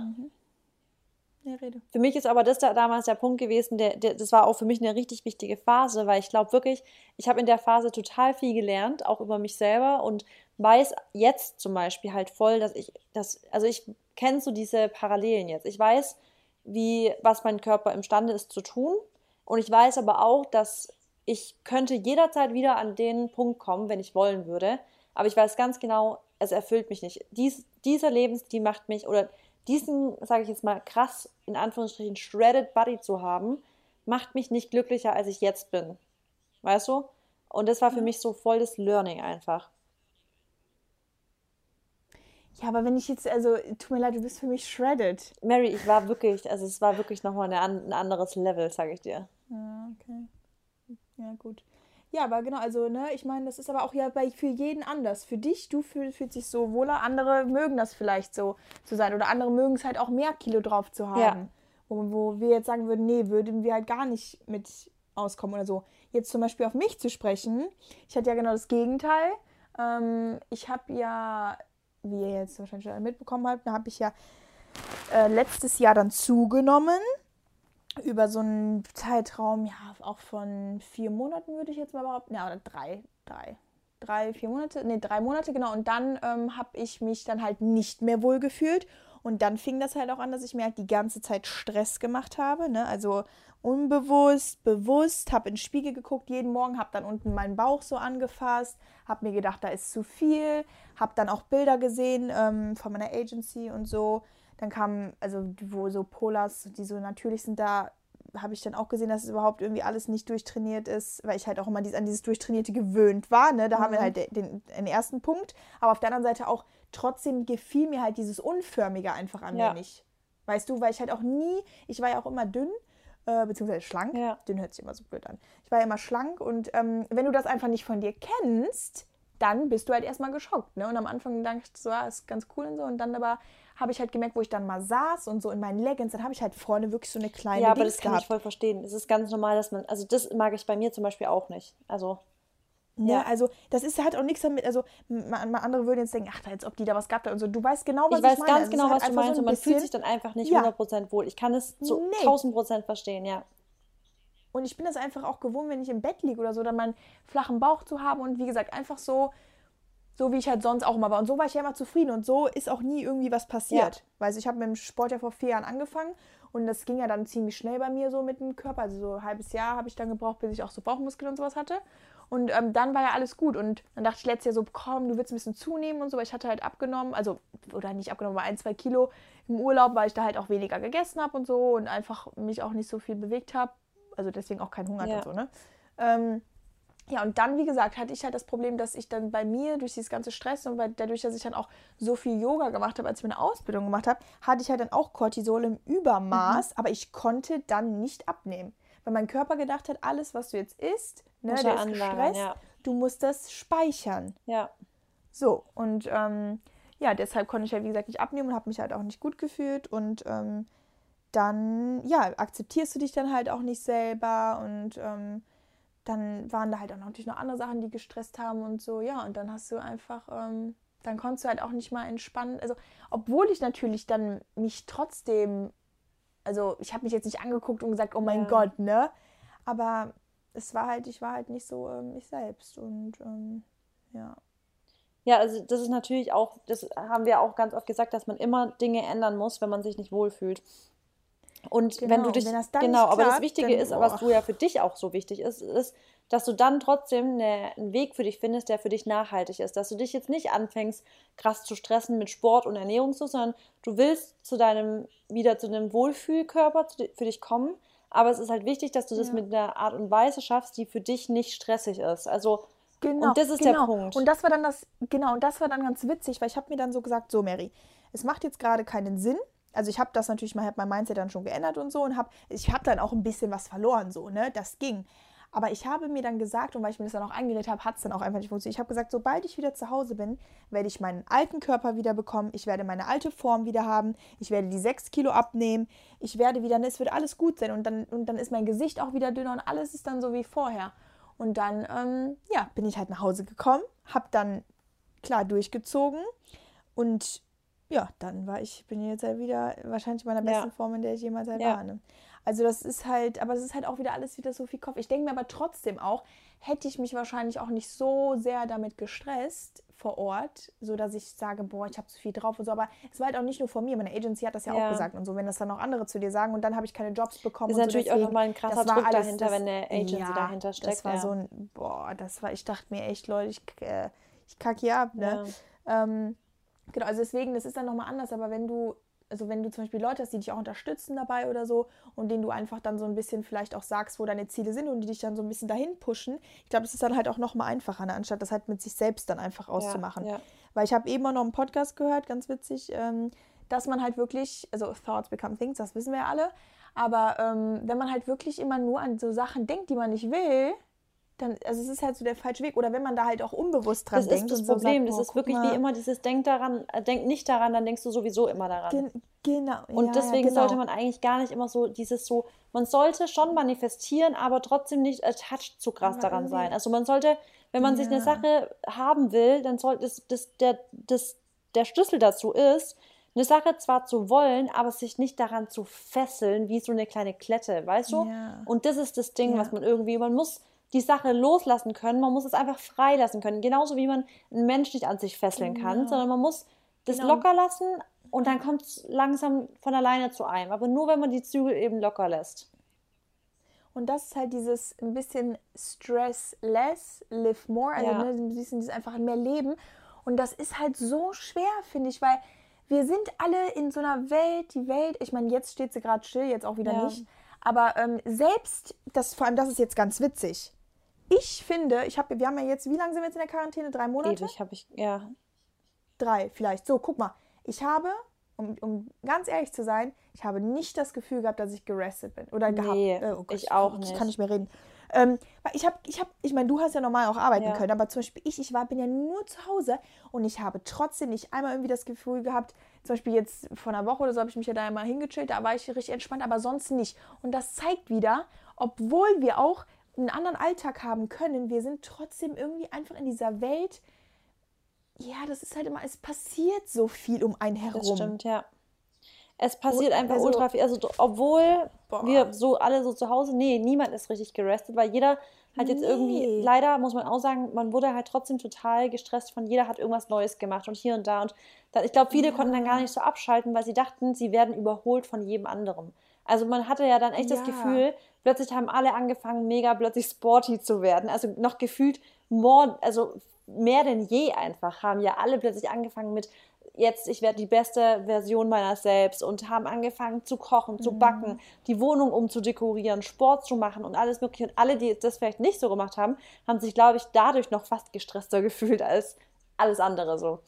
ja, rede. für mich ist aber das da damals der Punkt gewesen, das war auch für mich eine richtig wichtige Phase, weil ich glaube wirklich, ich habe in der Phase total viel gelernt, auch über mich selber und weiß jetzt zum Beispiel halt voll, also ich kenne so diese Parallelen jetzt. Ich weiß, was mein Körper imstande ist zu tun und ich weiß aber auch, dass ich könnte jederzeit wieder an den Punkt kommen, wenn ich wollen würde, aber ich weiß ganz genau, es erfüllt mich nicht. Dieser Lebensstil macht mich oder diesen, sage ich jetzt mal, krass, in Anführungsstrichen, shredded Body zu haben, macht mich nicht glücklicher, als ich jetzt bin. Weißt du? Und das war für Ja. mich so voll das Learning einfach. Ja, aber wenn ich jetzt, also, tut mir leid, du bist für mich shredded. Mary, ich war wirklich, also es war wirklich nochmal ein anderes Level, sage ich dir. Ja, okay. Ja, gut. Ja, aber genau, also, ne, ich meine, das ist aber auch ja für jeden anders. Für dich, fühlst sich so wohler, andere mögen das vielleicht so zu sein. Oder andere mögen es halt auch mehr Kilo drauf zu Ja, haben. Wo wir jetzt sagen würden, nee, würden wir halt gar nicht mit auskommen oder so. Jetzt zum Beispiel auf mich zu sprechen, ich hatte ja genau das Gegenteil. Ich habe ja, wie ihr jetzt wahrscheinlich schon mitbekommen habt, da habe ich ja letztes Jahr dann zugenommen. über so einen Zeitraum, ja, auch von 4 Monaten würde ich jetzt mal behaupten, ja, oder 4 Monate, nee, 3 Monate, genau. Und dann habe ich mich dann halt nicht mehr wohl gefühlt. Und dann fing das halt auch an, dass ich mir halt die ganze Zeit Stress gemacht habe, ne? Also unbewusst, bewusst, habe in den Spiegel geguckt jeden Morgen, habe dann unten meinen Bauch so angefasst, habe mir gedacht, da ist zu viel, habe dann auch Bilder gesehen von meiner Agency und so. Dann kamen, also wo so Polars, die so natürlich sind, da habe ich dann auch gesehen, dass es überhaupt irgendwie alles nicht durchtrainiert ist, weil ich halt auch immer an dieses Durchtrainierte gewöhnt war. Ne? Da haben wir halt den ersten Punkt. Aber auf der anderen Seite auch, trotzdem gefiel mir halt dieses Unförmige einfach an mir nicht. Weißt du, weil ich halt auch nie, ich war ja auch immer dünn, beziehungsweise schlank. Ja. Dünn hört sich immer so blöd an. Ich war ja immer schlank und wenn du das einfach nicht von dir kennst, dann bist du halt erstmal geschockt. Ne? Und am Anfang dachte ich so, ja, ist ganz cool und so. Und dann aber habe ich halt gemerkt, wo ich dann mal saß und so in meinen Leggings, dann habe ich halt vorne wirklich so eine kleine Ja, aber Dings das kann gehabt. ich voll verstehen. Es ist ganz normal, dass man, also das mag ich bei mir zum Beispiel auch nicht. Also, Ne? ja. Also das ist halt auch nichts damit, also andere würden jetzt denken, ach, als ob die da was gehabt hat und so. Du weißt genau, was Ich weiß meine. ganz Also, genau, es hat was du einfach meinst so und ein man fühlt bisschen, sich dann einfach nicht ja, 100% wohl. Ich kann es zu nee. 1000% verstehen, ja. Und ich bin das einfach auch gewohnt, wenn ich im Bett liege oder so, dann meinen flachen Bauch zu haben und wie gesagt, einfach so wie ich halt sonst auch immer war. Und so war ich ja immer zufrieden und so ist auch nie irgendwie was passiert. Ja. Weil ich habe mit dem Sport ja vor 4 Jahren angefangen und das ging ja dann ziemlich schnell bei mir so mit dem Körper. Also so ein halbes Jahr habe ich dann gebraucht, bis ich auch so Bauchmuskeln und sowas hatte. Und dann war ja alles gut. Und dann dachte ich letztes Jahr so, komm, du willst ein bisschen zunehmen und so. Weil ich hatte halt abgenommen, also, oder nicht abgenommen, aber 1, 2 Kilo im Urlaub, weil ich da halt auch weniger gegessen habe und so und einfach mich auch nicht so viel bewegt habe. Also deswegen auch keinen Hunger hatte Ja. und so, ne? Ja, und dann, wie gesagt, hatte ich halt das Problem, dass ich dann bei mir durch dieses ganze Stress und dadurch, dass ich dann auch so viel Yoga gemacht habe, als ich meine Ausbildung gemacht habe, hatte ich halt dann auch Cortisol im Übermaß, aber ich konnte dann nicht abnehmen. Weil mein Körper gedacht hat, alles, was du jetzt isst, ne, Muss der er ist anlagern, gestresst, ja. du musst das speichern. Ja. So, und ja, deshalb konnte ich halt, wie gesagt, nicht abnehmen und habe mich halt auch nicht gut gefühlt und dann, ja, akzeptierst du dich dann halt auch nicht selber und dann waren da halt auch natürlich noch andere Sachen, die gestresst haben und so, ja, und dann hast du einfach, dann konntest du halt auch nicht mal entspannen, also, obwohl ich natürlich dann mich trotzdem, also, ich habe mich jetzt nicht angeguckt und gesagt, oh mein Ja. Gott, ne, aber ich war halt nicht so ich selbst und, ja. Ja, also das ist natürlich auch, das haben wir auch ganz oft gesagt, dass man immer Dinge ändern muss, wenn man sich nicht wohlfühlt. Und wenn du Genau, dich, wenn das dann genau, nicht aber das klappt, Wichtige dann, ist, was du ja für dich auch so wichtig ist, dass du dann trotzdem einen Weg für dich findest, der für dich nachhaltig ist. Dass du dich jetzt nicht anfängst, krass zu stressen mit Sport und Ernährung, sondern du willst wieder zu einem Wohlfühlkörper für dich kommen. Aber es ist halt wichtig, dass du das ja. mit einer Art und Weise schaffst, die für dich nicht stressig ist. Also, Genau, und das ist der genau. Punkt. Und das war dann und das war dann ganz witzig, weil ich habe mir dann so gesagt, so Mary, es macht jetzt gerade keinen Sinn. Also ich habe das natürlich mal, habe mein Mindset dann schon geändert und so und ich habe dann auch ein bisschen was verloren, so, ne, das ging. Aber ich habe mir dann gesagt, und weil ich mir das dann auch eingeredet habe, hat es dann auch einfach nicht funktioniert. Ich habe gesagt, sobald ich wieder zu Hause bin, werde ich meinen alten Körper wieder bekommen, ich werde meine alte Form wieder haben, ich werde die 6 Kilo abnehmen, ich werde wieder, es wird alles gut sein und dann ist mein Gesicht auch wieder dünner und alles ist dann so wie vorher. Und dann, ja, bin ich halt nach Hause gekommen, habe dann klar durchgezogen und ja, dann bin ich jetzt halt wieder wahrscheinlich in meiner besten Ja, Form, in der ich jemals halt ja. war. Ne? Also das ist halt, aber das ist halt auch wieder alles wieder so viel Kopf. Ich denke mir aber trotzdem auch, hätte ich mich wahrscheinlich auch nicht so sehr damit gestresst vor Ort, so dass ich sage, boah, ich habe zu viel drauf und so. Aber es war halt auch nicht nur von mir. Meine Agency hat das ja auch Ja. gesagt und so. Wenn das dann auch andere zu dir sagen und dann habe ich keine Jobs bekommen Ist und so. natürlich auch Deswegen, nochmal ein krasser das war Druck alles, dahinter, wenn eine Agency ja, dahinter steckt. das war Ja. so ein, boah, ich dachte mir echt, Leute, ich kacke hier ab, ne? Genau, also deswegen, das ist dann nochmal anders, aber wenn du zum Beispiel Leute hast, die dich auch unterstützen dabei oder so und denen du einfach dann so ein bisschen vielleicht auch sagst, wo deine Ziele sind und die dich dann so ein bisschen dahin pushen, ich glaube, das ist dann halt auch nochmal einfacher, ne? Anstatt das halt mit sich selbst dann einfach auszumachen. Ja. Weil ich habe eben auch noch einen Podcast gehört, ganz witzig, dass man halt wirklich, also Thoughts become things, das wissen wir ja alle, aber wenn man halt wirklich immer nur an so Sachen denkt, die man nicht will, dann, also es ist halt so der falsche Weg. Oder wenn man da halt auch unbewusst dran Das denkt. ist das und so Problem. sagt, Das boah, ist guck wirklich wie mal. immer dieses Denk nicht daran, dann denkst du sowieso immer daran. Genau. Und ja, deswegen genau. sollte man eigentlich gar nicht immer so man sollte schon manifestieren, aber trotzdem nicht attached zu krass Aber daran irgendwie- sein. Also man sollte, wenn man sich eine Sache haben will, dann sollte der Schlüssel dazu ist, eine Sache zwar zu wollen, aber sich nicht daran zu fesseln, wie so eine kleine Klette, weißt du? Ja. Und das ist das Ding, was Ja. man muss die Sache loslassen können, man muss es einfach freilassen können. Genauso wie man einen Mensch nicht an sich fesseln kann, Genau. sondern man muss das Genau. locker lassen und dann kommt es langsam von alleine zu einem. Aber nur, wenn man die Zügel eben locker lässt. Und das ist halt dieses ein bisschen stress less, live more, also Ja. ne, ein bisschen dieses einfach mehr Leben. Und das ist halt so schwer, finde ich, weil wir sind alle in so einer Welt, die Welt, ich meine, jetzt steht sie gerade still, jetzt auch wieder Ja. nicht. Aber selbst, vor allem das ist jetzt ganz witzig. Ich finde, wir haben ja jetzt, wie lange sind wir jetzt in der Quarantäne? 3 Monate? Ewig habe ich, ja. 3 vielleicht. So, guck mal. Ich habe, um ganz ehrlich zu sein, ich habe nicht das Gefühl gehabt, dass ich gerestet bin. Oder Nee, gehabt. Oh Gott, ich auch Ich nicht. kann nicht mehr reden. Weil ich meine, du hast ja normal auch arbeiten Ja. können, aber zum Beispiel bin ja nur zu Hause und ich habe trotzdem nicht einmal irgendwie das Gefühl gehabt, zum Beispiel jetzt vor einer Woche oder so habe ich mich ja da einmal hingechillt, da war ich richtig entspannt, aber sonst nicht. Und das zeigt wieder, obwohl wir auch einen anderen Alltag haben können, wir sind trotzdem irgendwie einfach in dieser Welt. Ja, das ist halt immer, es passiert so viel um einen herum. Das stimmt, ja. Es passiert einfach also- ultra viel. Also, obwohl Boah. wir so alle so zu Hause, niemand ist richtig gerestet, weil jeder hat jetzt irgendwie, Nee. leider muss man auch sagen, man wurde halt trotzdem total gestresst von jeder hat irgendwas Neues gemacht und hier und da. Und dann, ich glaube, viele konnten dann gar nicht so abschalten, weil sie dachten, sie werden überholt von jedem anderen. Also man hatte ja dann echt das Ja. Gefühl, plötzlich haben alle angefangen, mega plötzlich sporty zu werden. Also noch gefühlt mehr denn je einfach haben ja alle plötzlich angefangen mit jetzt, ich werde die beste Version meiner selbst und haben angefangen zu kochen, zu backen, die Wohnung umzudekorieren, Sport zu machen und alles mögliche. Und alle, die das vielleicht nicht so gemacht haben, haben sich, glaube ich, dadurch noch fast gestresster gefühlt als alles andere so.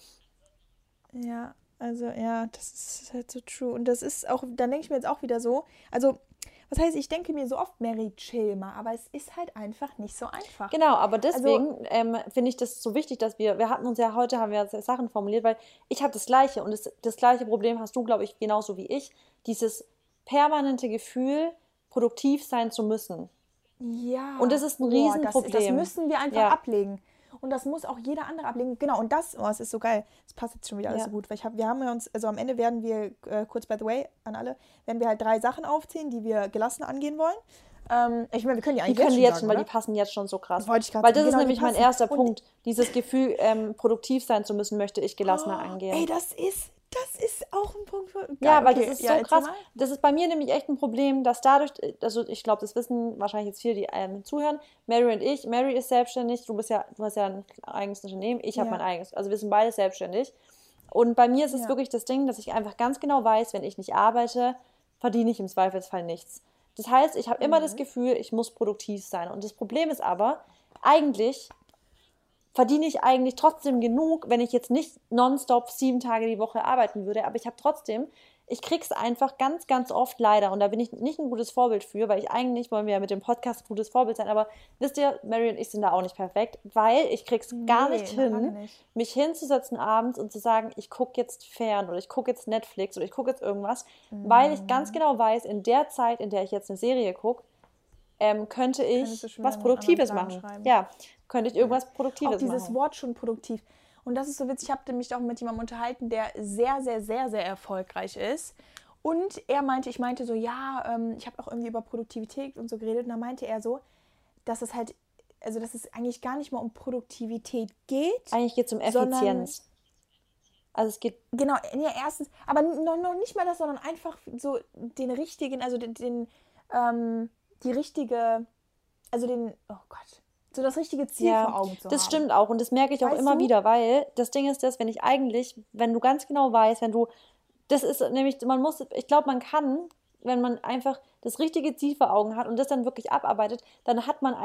Ja, also ja, das ist halt so true. Und das ist auch, dann denke ich mir jetzt auch wieder so, also, was heißt, ich denke mir so oft, Mary, chill mal, aber es ist halt einfach nicht so einfach. Genau, aber deswegen finde ich das so wichtig, dass wir hatten uns ja heute, haben wir Sachen formuliert, weil ich habe das Gleiche und das gleiche Problem hast du, glaube ich, genauso wie ich, dieses permanente Gefühl, produktiv sein zu müssen. Ja. Und das ist ein Das Riesenproblem. müssen wir einfach Ja. ablegen. Und das muss auch jeder andere ablegen. Genau, und es ist so geil. Das passt jetzt schon wieder alles Ja. so gut. Weil wir haben ja uns, also am Ende werden wir, kurz by the way, an alle, werden wir halt 3 Sachen aufzählen, die wir gelassen angehen wollen. Ich meine, wir können die Die eigentlich können die jetzt jetzt schon schon, weil sagen, die passen jetzt schon so krass. Wollte ich grad Weil sagen. das ist Genau, die nämlich mein passen. erster Und- Punkt. Dieses Gefühl, produktiv sein zu müssen, möchte ich gelassener angehen. Ey, das ist auch ein Punkt. Geil, Ja, weil okay. das ist Ja, so erzähl krass. mal. Das ist bei mir nämlich echt ein Problem, dass dadurch, also ich glaube, das wissen wahrscheinlich jetzt viele, die zuhören, Mary und ich. Mary ist selbstständig, du hast ja ein eigenes Unternehmen, ich habe Ja. mein eigenes. Also wir sind beide selbstständig. Und bei mir ist es Ja. wirklich das Ding, dass ich einfach ganz genau weiß, wenn ich nicht arbeite, verdiene ich im Zweifelsfall nichts. Das heißt, ich habe immer das Gefühl, ich muss produktiv sein. Und das Problem ist aber, eigentlich verdiene ich eigentlich trotzdem genug, wenn ich jetzt nicht nonstop 7 Tage die Woche arbeiten würde. Aber ich krieg's einfach ganz, ganz oft leider. Und da bin ich nicht ein gutes Vorbild für, weil wollen wir ja mit dem Podcast ein gutes Vorbild sein. Aber wisst ihr, Mary und ich sind da auch nicht perfekt, weil ich krieg's gar nicht lange hin, nicht. mich hinzusetzen abends und zu sagen, ich gucke jetzt fern oder ich gucke jetzt Netflix oder ich gucke jetzt irgendwas, weil ich ganz genau weiß, in der Zeit, in der ich jetzt eine Serie gucke, könnte Könntest du ich schon was wieder einen Produktives anderen Plan machen. schreiben. Ja, könnte ich irgendwas Auch Produktives dieses machen. Wort schon produktiv. Und das ist so witzig, ich habe mich auch mit jemandem unterhalten, der sehr, sehr, sehr, sehr erfolgreich ist. Und ich meinte so, ja, ich habe auch irgendwie über Produktivität und so geredet. Und da meinte er so, dass es halt, also dass es eigentlich gar nicht mal um Produktivität geht. Eigentlich geht es um sondern- Effizienz. Also es geht, Genau, ja, erstens, aber noch nicht mal das, sondern einfach so den richtigen, also die richtige, also oh Gott, so das richtige Ziel vor Augen zu haben. das stimmt auch und das merke ich auch Weißt immer du? wieder, weil das Ding ist das, wenn du ganz genau weißt, das ist nämlich, ich glaube, man kann, wenn man einfach das richtige Ziel vor Augen hat und das dann wirklich abarbeitet, dann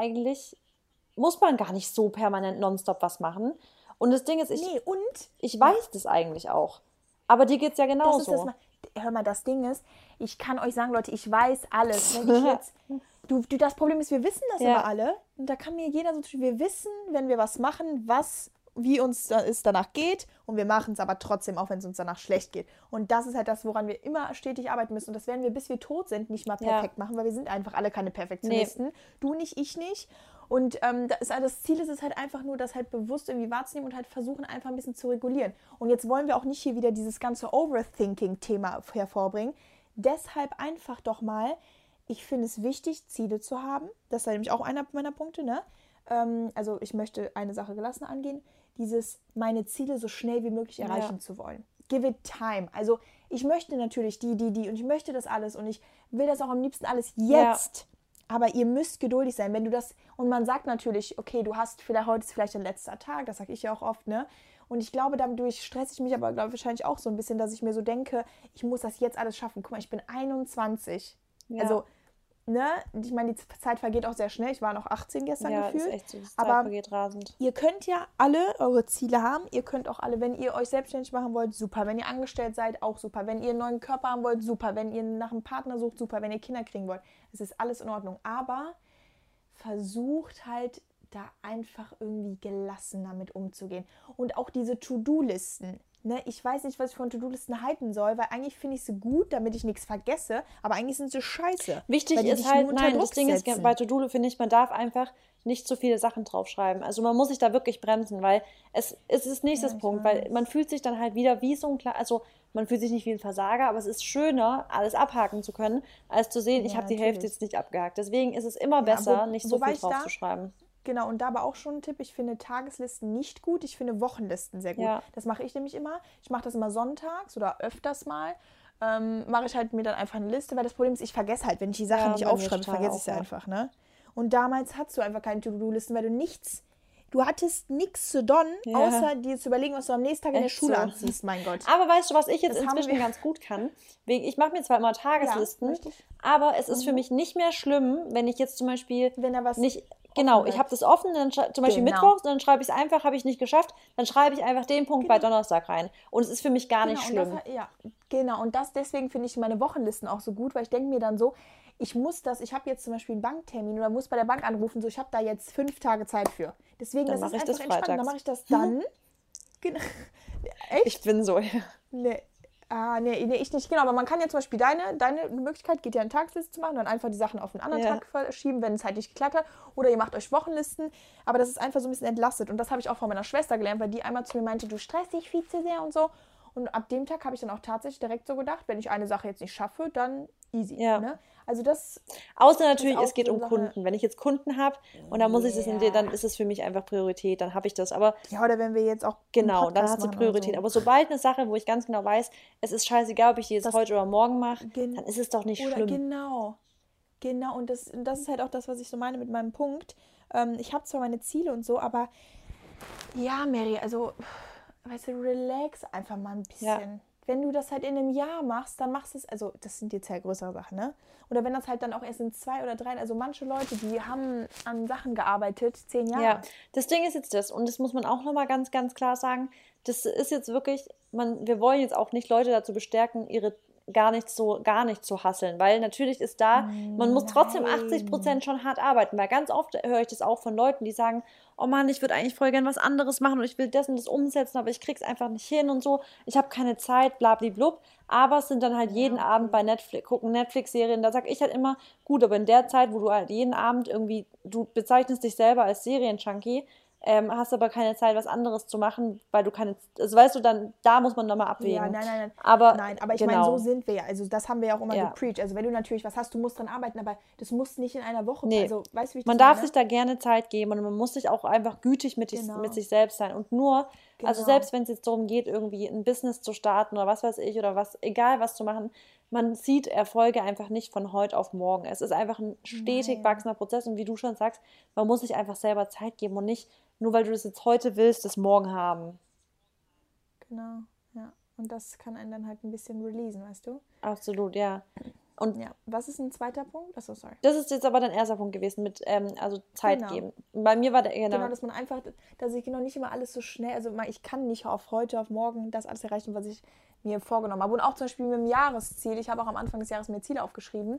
muss man gar nicht so permanent nonstop was machen. Und das Ding ist, ich weiß das eigentlich auch. Aber dir geht es ja genauso. Hör mal, das Ding ist, ich kann euch sagen, Leute, ich weiß alles. Wenn ich jetzt, das Problem ist, wir wissen das Ja. immer alle. Und da kann mir jeder so, wir wissen, wenn wir was machen, wie uns es danach geht. Und wir machen es aber trotzdem, auch wenn es uns danach schlecht geht. Und das ist halt das, woran wir immer stetig arbeiten müssen. Und das werden wir, bis wir tot sind, nicht mal perfekt machen, weil wir sind einfach alle keine Perfektionisten. Du nicht, ich nicht. Und das Ziel ist es halt einfach nur, das halt bewusst irgendwie wahrzunehmen und halt versuchen, einfach ein bisschen zu regulieren. Und jetzt wollen wir auch nicht hier wieder dieses ganze Overthinking-Thema hervorbringen. Deshalb einfach doch mal, ich finde es wichtig, Ziele zu haben. Das ist nämlich auch einer meiner Punkte, ne? Also ich möchte eine Sache gelassen angehen, meine Ziele so schnell wie möglich erreichen zu wollen. Give it time. Also ich möchte natürlich die und ich möchte das alles und ich will das auch am liebsten alles jetzt. Ja. Aber ihr müsst geduldig sein, wenn du das, und man sagt natürlich, okay, heute ist vielleicht dein letzter Tag, das sage ich ja auch oft, ne? Und ich glaube, dadurch stresse ich mich aber, wahrscheinlich auch so ein bisschen, dass ich mir so denke, ich muss das jetzt alles schaffen. Guck mal, ich bin 21. Ja. Also, ne, ich meine, die Zeit vergeht auch sehr schnell. Ich war noch 18 gestern gefühlt. Ja, ist echt so, die Zeit vergeht rasend. Ihr könnt ja alle eure Ziele haben. Ihr könnt auch alle, wenn ihr euch selbstständig machen wollt, super. Wenn ihr angestellt seid, auch super. Wenn ihr einen neuen Körper haben wollt, super. Wenn ihr nach einem Partner sucht, super. Wenn ihr Kinder kriegen wollt, es ist alles in Ordnung. Aber versucht halt da einfach irgendwie gelassen damit umzugehen. Und auch diese To-Do-Listen. Ne, ich weiß nicht, was ich von To-Do-Listen halten soll, weil eigentlich finde ich sie gut, damit ich nichts vergesse, aber eigentlich sind sie scheiße. Wichtig ist halt, nein, das Ding ist, bei To-Do, finde ich, man darf einfach nicht zu viele Sachen draufschreiben. Also man muss sich da wirklich bremsen, weil es ist nicht das Punkt, weil man fühlt sich dann halt wieder wie so ein also man fühlt sich nicht wie ein Versager, aber es ist schöner, alles abhaken zu können, als zu sehen, ich habe die Hälfte jetzt nicht abgehakt. Deswegen ist es immer besser, nicht so viel draufzuschreiben. Genau, und da aber auch schon ein Tipp, ich finde Tageslisten nicht gut, ich finde Wochenlisten sehr gut. Ja. Das mache ich nämlich immer. Ich mache das immer sonntags oder öfters mal. Mache ich halt mir dann einfach eine Liste, weil das Problem ist, ich vergesse halt, wenn ich die Sachen nicht aufschreibe, vergesse ich sie einfach, ne? Und damals hattest du einfach keine To-Do-Listen, weil du hattest nichts zu tun, außer dir zu überlegen, was du am nächsten Tag in der Schule anziehst, mein Gott. Aber weißt du, was ich jetzt inzwischen ganz gut kann? Ich mache mir zwar immer Tageslisten, aber es ist für mich nicht mehr schlimm, wenn ich jetzt zum Beispiel nicht... Genau, ich habe das offen, dann zum Beispiel Mittwochs, dann schreibe ich es einfach, habe ich nicht geschafft, dann schreibe ich einfach den Punkt bei Donnerstag rein. Und es ist für mich gar nicht schlimm. Und deswegen finde ich meine Wochenlisten auch so gut, weil ich denke mir dann so, ich habe jetzt zum Beispiel einen Banktermin oder muss bei der Bank anrufen, so ich habe da jetzt 5 Tage Zeit für. Deswegen, dann das ist einfach entspannt, dann mache ich das dann. Genau. Echt? Ich bin so, ja. Nee, ich nicht. Genau, aber man kann ja zum Beispiel deine Möglichkeit, geht ja eine Tagesliste zu machen und dann einfach die Sachen auf einen anderen Tag verschieben, wenn es halt nicht geklappt hat. Oder ihr macht euch Wochenlisten. Aber das ist einfach so ein bisschen entlastet. Und das habe ich auch von meiner Schwester gelernt, weil die einmal zu mir meinte, du stresst dich viel zu sehr und so. Und ab dem Tag habe ich dann auch tatsächlich direkt so gedacht, wenn ich eine Sache jetzt nicht schaffe, dann easy. Ja. Ne? Also das. Außer natürlich, es geht um Kunden. Wenn ich jetzt Kunden habe und dann muss ich das dann ist es für mich einfach Priorität, dann habe ich das. Aber ja, oder wenn wir jetzt auch genau, dann hat sie Priorität. So. Aber sobald eine Sache, wo ich ganz genau weiß, es ist scheißegal, ob ich die jetzt heute oder morgen mache, dann ist es doch nicht schlimm. Genau. Und das ist halt auch das, was ich so meine mit meinem Punkt. Ich habe zwar meine Ziele und so, aber ja, Mary, also weißt du, relax einfach mal ein bisschen. Ja. Wenn du das halt in einem Jahr machst, dann machst du es, also das sind jetzt ja größere Sachen, ne? Oder wenn das halt dann auch erst in 2 oder 3, also manche Leute, die haben an Sachen gearbeitet, 10 Jahre. Ja, das Ding ist jetzt das, und das muss man auch nochmal ganz, ganz klar sagen, das ist jetzt wirklich, wir wollen jetzt auch nicht Leute dazu bestärken, ihre gar nicht zu hasseln, weil natürlich ist man muss trotzdem 80% schon hart arbeiten, weil ganz oft höre ich das auch von Leuten, die sagen, oh Mann, ich würde eigentlich voll gern was anderes machen und ich will das und das umsetzen, aber ich krieg's einfach nicht hin und so, ich habe keine Zeit, blablablub, aber es sind dann halt jeden Abend bei Netflix, gucken Netflix-Serien, da sag ich halt immer, gut, aber in der Zeit, wo du halt jeden Abend irgendwie, du bezeichnest dich selber als Serienjunkie, hast aber keine Zeit, was anderes zu machen, weil du also weißt du, dann, da muss man nochmal abwägen. Ja, nein. Aber ich meine, so sind wir ja, also das haben wir ja auch immer gepreacht, also wenn du natürlich was hast, du musst dran arbeiten, aber das muss nicht in einer Woche, also weißt du, wie ich man darf sich da gerne Zeit geben und man muss sich auch einfach gütig mit sich selbst sein und nur, also selbst wenn es jetzt darum geht, irgendwie ein Business zu starten oder was weiß ich oder was, egal was zu machen, man sieht Erfolge einfach nicht von heute auf morgen. Es ist einfach ein stetig wachsender Prozess und wie du schon sagst, man muss sich einfach selber Zeit geben und nicht nur weil du das jetzt heute willst, das morgen haben. Genau, ja. Und das kann einen dann halt ein bisschen releasen, weißt du? Absolut, ja. Und ja. Was ist ein zweiter Punkt? Achso, sorry. Das ist jetzt aber dein erster Punkt gewesen mit also Zeit geben. Bei mir war der Genau, dass man einfach, dass ich nicht immer alles so schnell, also ich kann nicht auf heute, auf morgen das alles erreichen, was ich mir vorgenommen habe. Und auch zum Beispiel mit dem Jahresziel. Ich habe auch am Anfang des Jahres mir Ziele aufgeschrieben.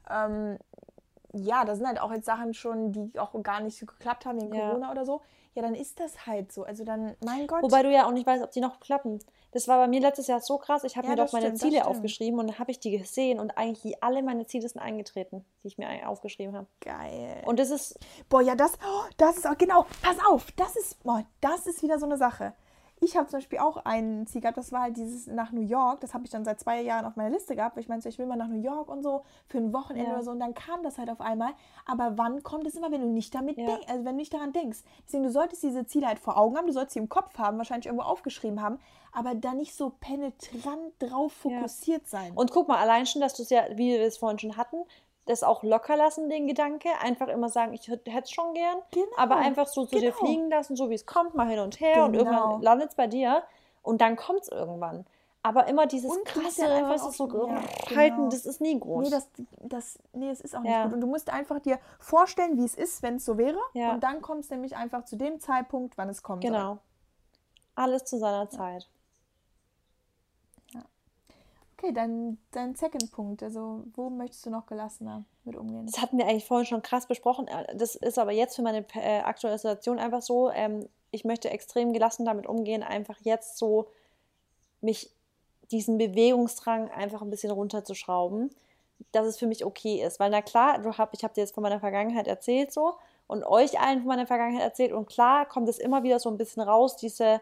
Ja, da sind halt auch jetzt Sachen schon, die auch gar nicht so geklappt haben wegen Corona oder so. Ja, dann ist das halt so. Also dann, mein Gott. Wobei du ja auch nicht weißt, ob die noch klappen. Das war bei mir letztes Jahr so krass. Ich habe Ja, mir doch das meine stimmt, das Ziele stimmt. aufgeschrieben und dann habe ich die gesehen und eigentlich alle meine Ziele sind eingetreten, die ich mir aufgeschrieben habe. Geil. Und das ist, Boah, ja, das ist auch, genau, pass auf, das ist wieder so eine Sache. Ich habe zum Beispiel auch ein Ziel gehabt, das war halt dieses nach New York, das habe ich dann seit 2 Jahren auf meiner Liste gehabt, weil ich meinte, ich will mal nach New York und so, für ein Wochenende ja, oder so, und dann kam das halt auf einmal. Aber wann kommt es immer, wenn du nicht ja, wenn du nicht daran denkst? Deswegen, du solltest diese Ziele halt vor Augen haben, du solltest sie im Kopf haben, wahrscheinlich irgendwo aufgeschrieben haben, aber da nicht so penetrant drauf ja. fokussiert sein. Und guck mal, allein schon, dass du es ja, wie wir es vorhin schon hatten, das auch locker lassen, den Gedanke. Einfach immer sagen, ich hätte es schon gern, aber Genau, einfach so zu dir genau, fliegen lassen, so wie es kommt, mal hin und her und irgendwann genau. landet es bei dir und dann kommt es irgendwann. Aber immer dieses Und du musst krasse, ja einfach was ist so ja, halten, genau. das ist nie Nee, gut. nee, es ist auch nicht gut. Ja, Und du musst einfach dir vorstellen, wie es ist, wenn es so wäre. ja, Und dann kommt es nämlich einfach zu dem Zeitpunkt, wann es kommen soll. genau. Alles zu seiner Ja, Zeit. ja. Okay, dann dein Second Punkt. Also, wo möchtest du noch gelassener mit umgehen? Das hatten wir eigentlich vorhin schon krass besprochen. Das ist aber jetzt für meine aktuelle Situation einfach so. Ich möchte extrem gelassen damit umgehen, einfach jetzt so mich diesen Bewegungsdrang einfach ein bisschen runterzuschrauben, dass es für mich okay ist. Weil na klar, ich habe dir jetzt von meiner Vergangenheit erzählt so und euch allen von meiner Vergangenheit erzählt und klar kommt es immer wieder so ein bisschen raus,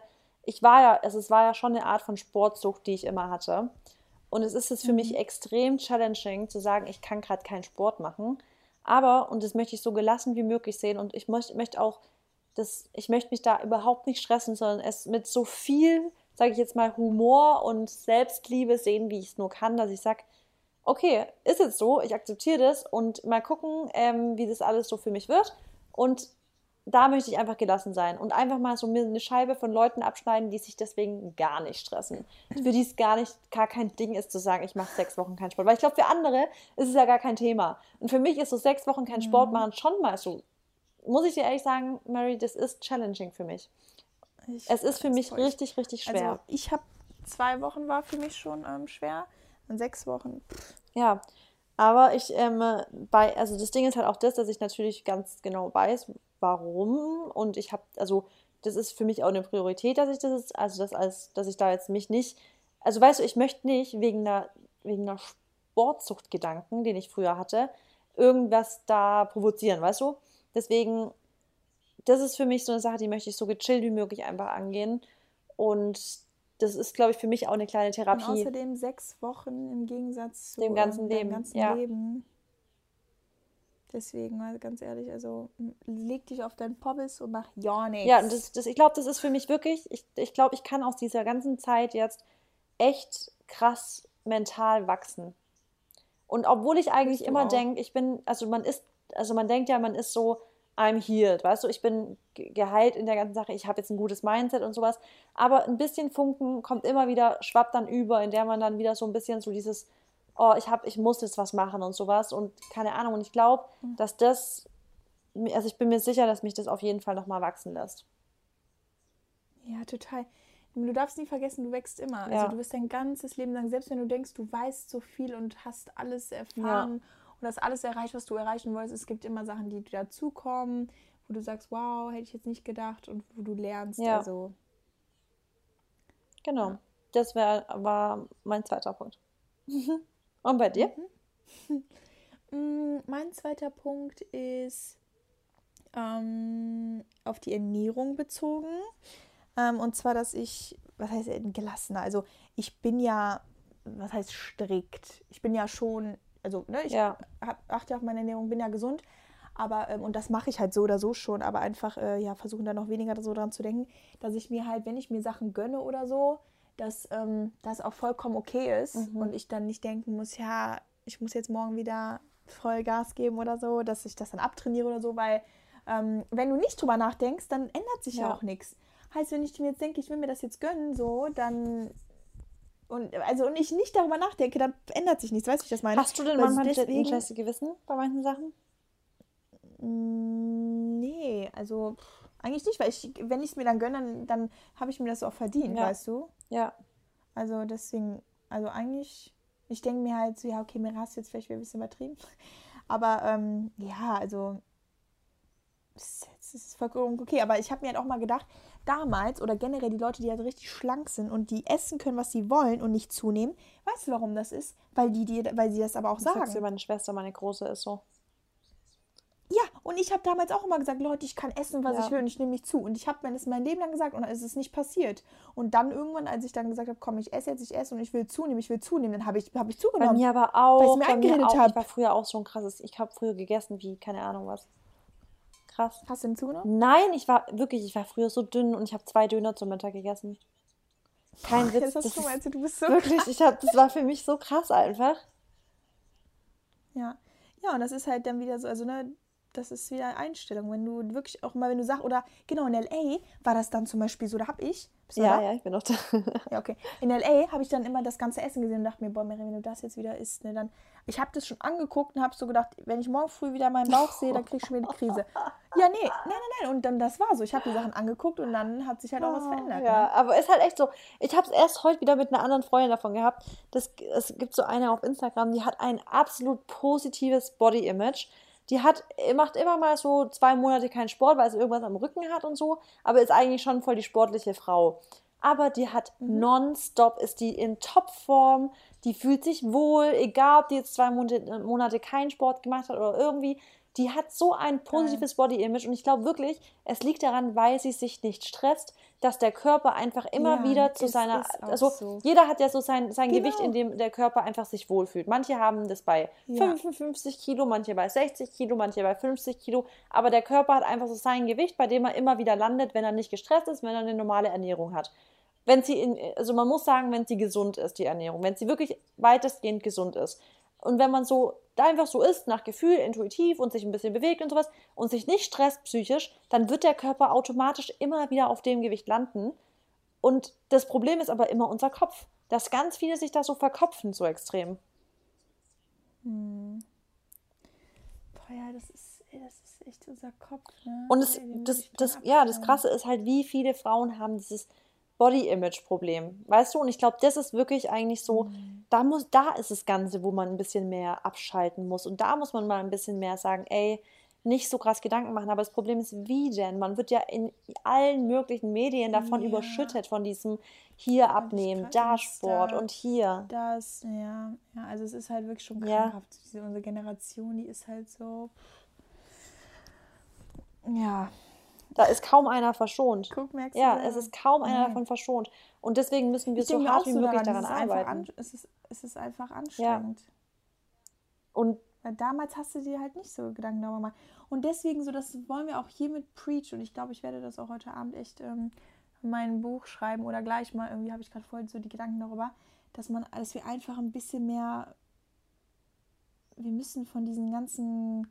es war ja schon eine Art von Sportsucht, die ich immer hatte. Und es ist jetzt für mich Mhm. extrem challenging zu sagen, ich kann gerade keinen Sport machen. Aber, und das möchte ich so gelassen wie möglich sehen, und möchte auch, ich möchte mich da überhaupt nicht stressen, sondern es mit so viel, sage ich jetzt mal, Humor und Selbstliebe sehen, wie ich es nur kann, dass ich sage, okay, ist jetzt so, ich akzeptiere das und mal gucken, wie das alles so für mich wird. Und da möchte ich einfach gelassen sein und einfach mal so mir eine Scheibe von Leuten abschneiden, die sich deswegen gar nicht stressen. Für die es gar kein Ding ist zu sagen, ich mache 6 Wochen keinen Sport. Weil ich glaube, für andere ist es ja gar kein Thema. Und für mich ist so 6 Wochen kein Sport Mhm. machen schon mal so, muss ich dir ehrlich sagen, Mary, das ist challenging für mich. Ich Es ist für weiß, mich boah, richtig, richtig also schwer. ich habe 2 Wochen war für mich schon schwer. Und 6 Wochen. Ja, aber also das Ding ist halt auch das, dass ich natürlich ganz genau weiß, warum. Und also das ist für mich auch eine Priorität, dass ich da jetzt mich nicht, also weißt du, ich möchte nicht wegen einer Sportsuchtgedanken, den ich früher hatte, irgendwas da provozieren, weißt du? Deswegen, das ist für mich so eine Sache, die möchte ich so gechillt wie möglich einfach angehen. Und das ist, glaube ich, für mich auch eine kleine Und Therapie außerdem 6 Wochen im Gegensatz dem zu ganzen deinem Leben. ganzen Ja. Leben. Deswegen, also ganz ehrlich, also leg dich auf deinen Pobbes und mach ja Ja, und nichts. ich glaube, das ist für mich wirklich, ich glaube, ich kann aus dieser ganzen Zeit jetzt echt krass mental wachsen. Und obwohl ich eigentlich Bist du immer auch. denke, also man denkt ja, man ist so, I'm healed, weißt du, ich bin geheilt in der ganzen Sache, ich habe jetzt ein gutes Mindset und sowas, aber ein bisschen Funken kommt immer wieder, schwappt dann über, in der man dann wieder so ein bisschen so dieses, oh, ich muss jetzt was machen und sowas und keine Ahnung. Und ich glaube, dass also ich bin mir sicher, dass mich das auf jeden Fall nochmal wachsen lässt. Ja, total. Du darfst nie vergessen, du wächst immer. Also du Ja, wirst dein ganzes Leben lang, selbst wenn du denkst, du weißt so viel und hast alles ja, erfahren und hast alles erreicht, was du erreichen wolltest, es gibt immer Sachen, die dazukommen, wo du sagst, wow, hätte ich jetzt nicht gedacht und wo du lernst. ja, Also, genau. ja. War mein zweiter Punkt. Und bei dir? Mhm. Mein zweiter Punkt ist auf die Ernährung bezogen. Und zwar, dass was heißt gelassener? Also ich bin ja, was heißt strikt? Ich bin ja schon, also ne, ich Ja, achte auf meine Ernährung, bin ja gesund, aber, und das mache ich halt so oder so schon, aber einfach, ja, versuchen da noch weniger so dran zu denken, dass ich mir halt, wenn ich mir Sachen gönne oder so, dass das auch vollkommen okay ist mhm. und ich dann nicht denken muss, ja, ich muss jetzt morgen wieder voll Gas geben oder so, dass ich das dann abtrainiere oder so, weil wenn du nicht drüber nachdenkst, dann ändert sich ja Ja. auch nichts. Heißt, wenn ich mir jetzt denke, ich will mir das jetzt gönnen, so, dann und ich nicht darüber nachdenke, dann ändert sich nichts. Weißt du, wie ich das meine? Hast du denn Also manchmal ein deswegen, schlechtes Gewissen bei manchen Sachen? nee, also eigentlich nicht, weil wenn ich es mir dann gönne, dann habe ich mir das auch verdient, Ja, weißt du? ja, Also deswegen, also eigentlich, ich denke mir halt so, ja, okay, mir hast jetzt vielleicht wieder ein bisschen übertrieben. Aber ja, also es ist vollkommen okay. Aber ich habe mir halt auch mal gedacht, damals, oder generell die Leute, die halt richtig schlank sind und die essen können, was sie wollen und nicht zunehmen, weißt du, warum das ist? Weil sie das aber auch Ich sag's dir, sagen. meine Schwester, meine Große ist so. Ja, und ich habe damals auch immer gesagt, Leute, ich kann essen, was Ja. ich will und ich nehme nicht zu. Und ich habe mir das mein Leben lang gesagt und dann ist es nicht passiert. Und dann irgendwann, als ich dann gesagt habe, komm, ich esse und ich will zunehmen, dann habe ich Bei zugenommen. mir aber Weil ich auch, mir bei mir eingeredet auch. Ich habe. war früher auch so ein krasses, ich habe früher gegessen wie, keine Ahnung was. Krass. Hast du denn zugenommen? Nein, ich war früher so dünn und ich habe 2 Döner zum Mittag gegessen. Kein Witz, Das hast das du mal ist erzählt, du bist so wirklich, das war für mich so krass einfach. Ja. Ja, und das ist halt dann wieder so, also ne, das ist wieder Einstellung. Wenn du wirklich auch mal, wenn du sagst, oder genau in L.A. war das dann zum Beispiel so, bist du da? Ja, ich bin noch da. Ja, okay. In L.A. habe ich dann immer das ganze Essen gesehen und dachte mir, boah, Mary, wenn du das jetzt wieder isst, ne, dann... Ich habe das schon angeguckt und habe so gedacht, wenn ich morgen früh wieder meinen Bauch sehe, dann krieg ich schon wieder die Krise. Ja, nein. Und dann, das war so. Ich habe die Sachen angeguckt und dann hat sich halt auch was verändert. Ja, Ne? aber ist halt echt so. Ich habe es erst heute wieder mit einer anderen Freundin davon gehabt. Es gibt so eine auf Instagram, die hat ein absolut positives Body-Image. Macht immer mal so 2 Monate keinen Sport, weil sie irgendwas am Rücken hat und so, aber ist eigentlich schon voll die sportliche Frau. Aber die hat nonstop, ist die in Topform, die fühlt sich wohl, egal ob die jetzt 2 Monate keinen Sport gemacht hat oder irgendwie. Die hat so ein positives Body-Image und ich glaube wirklich, es liegt daran, weil sie sich nicht stresst, dass der Körper einfach immer Ja, wieder zu ist seiner, auch also so. jeder hat ja so sein Gewicht, Genau. in dem der Körper einfach sich wohlfühlt. Manche haben das bei Ja. 55 Kilo, manche bei 60 Kilo, manche bei 50 Kilo, aber der Körper hat einfach so sein Gewicht, bei dem er immer wieder landet, wenn er nicht gestresst ist, wenn er eine normale Ernährung hat. Also man muss sagen, wenn sie gesund ist, die Ernährung, wenn sie wirklich weitestgehend gesund ist. Und wenn man so da einfach so ist, nach Gefühl, intuitiv und sich ein bisschen bewegt und sowas und sich nicht stresst psychisch, dann wird der Körper automatisch immer wieder auf dem Gewicht landen. Und das Problem ist aber immer unser Kopf, dass ganz viele sich da so verkopfen, so extrem. Boah, ja, das ist echt unser Kopf, ne? Und Ey, den muss ich dran das abstellen. Krasse ist halt, wie viele Frauen haben dieses Body-Image-Problem. Weißt du? Und ich glaube, das ist wirklich eigentlich so, da ist das Ganze, wo man ein bisschen mehr abschalten muss. Und da muss man mal ein bisschen mehr sagen, ey, nicht so krass Gedanken machen. Aber das Problem ist, wie denn? Man wird ja in allen möglichen Medien davon Ja. überschüttet, von diesem hier Hab ich abnehmen, grad da Insta, Sport und hier. Das, ja, also es ist halt wirklich schon Ja. krankhaft. Unsere Generation, die ist halt so, ja, Da ist kaum einer verschont. guck, merkst du Ja, selber. es ist kaum einer Nee. davon verschont. Und deswegen müssen wir Ich denke so mir hart auch wie so möglich daran, daran arbeiten. es ist einfach anstrengend. Und Weil damals hast du dir halt nicht so Gedanken darüber gemacht. Und deswegen so, das wollen wir auch hiermit preach. Und ich glaube, ich werde das auch heute Abend echt in mein Buch schreiben oder gleich mal, irgendwie habe ich gerade voll so die Gedanken darüber, dass wir einfach ein bisschen mehr, wir müssen von diesen ganzen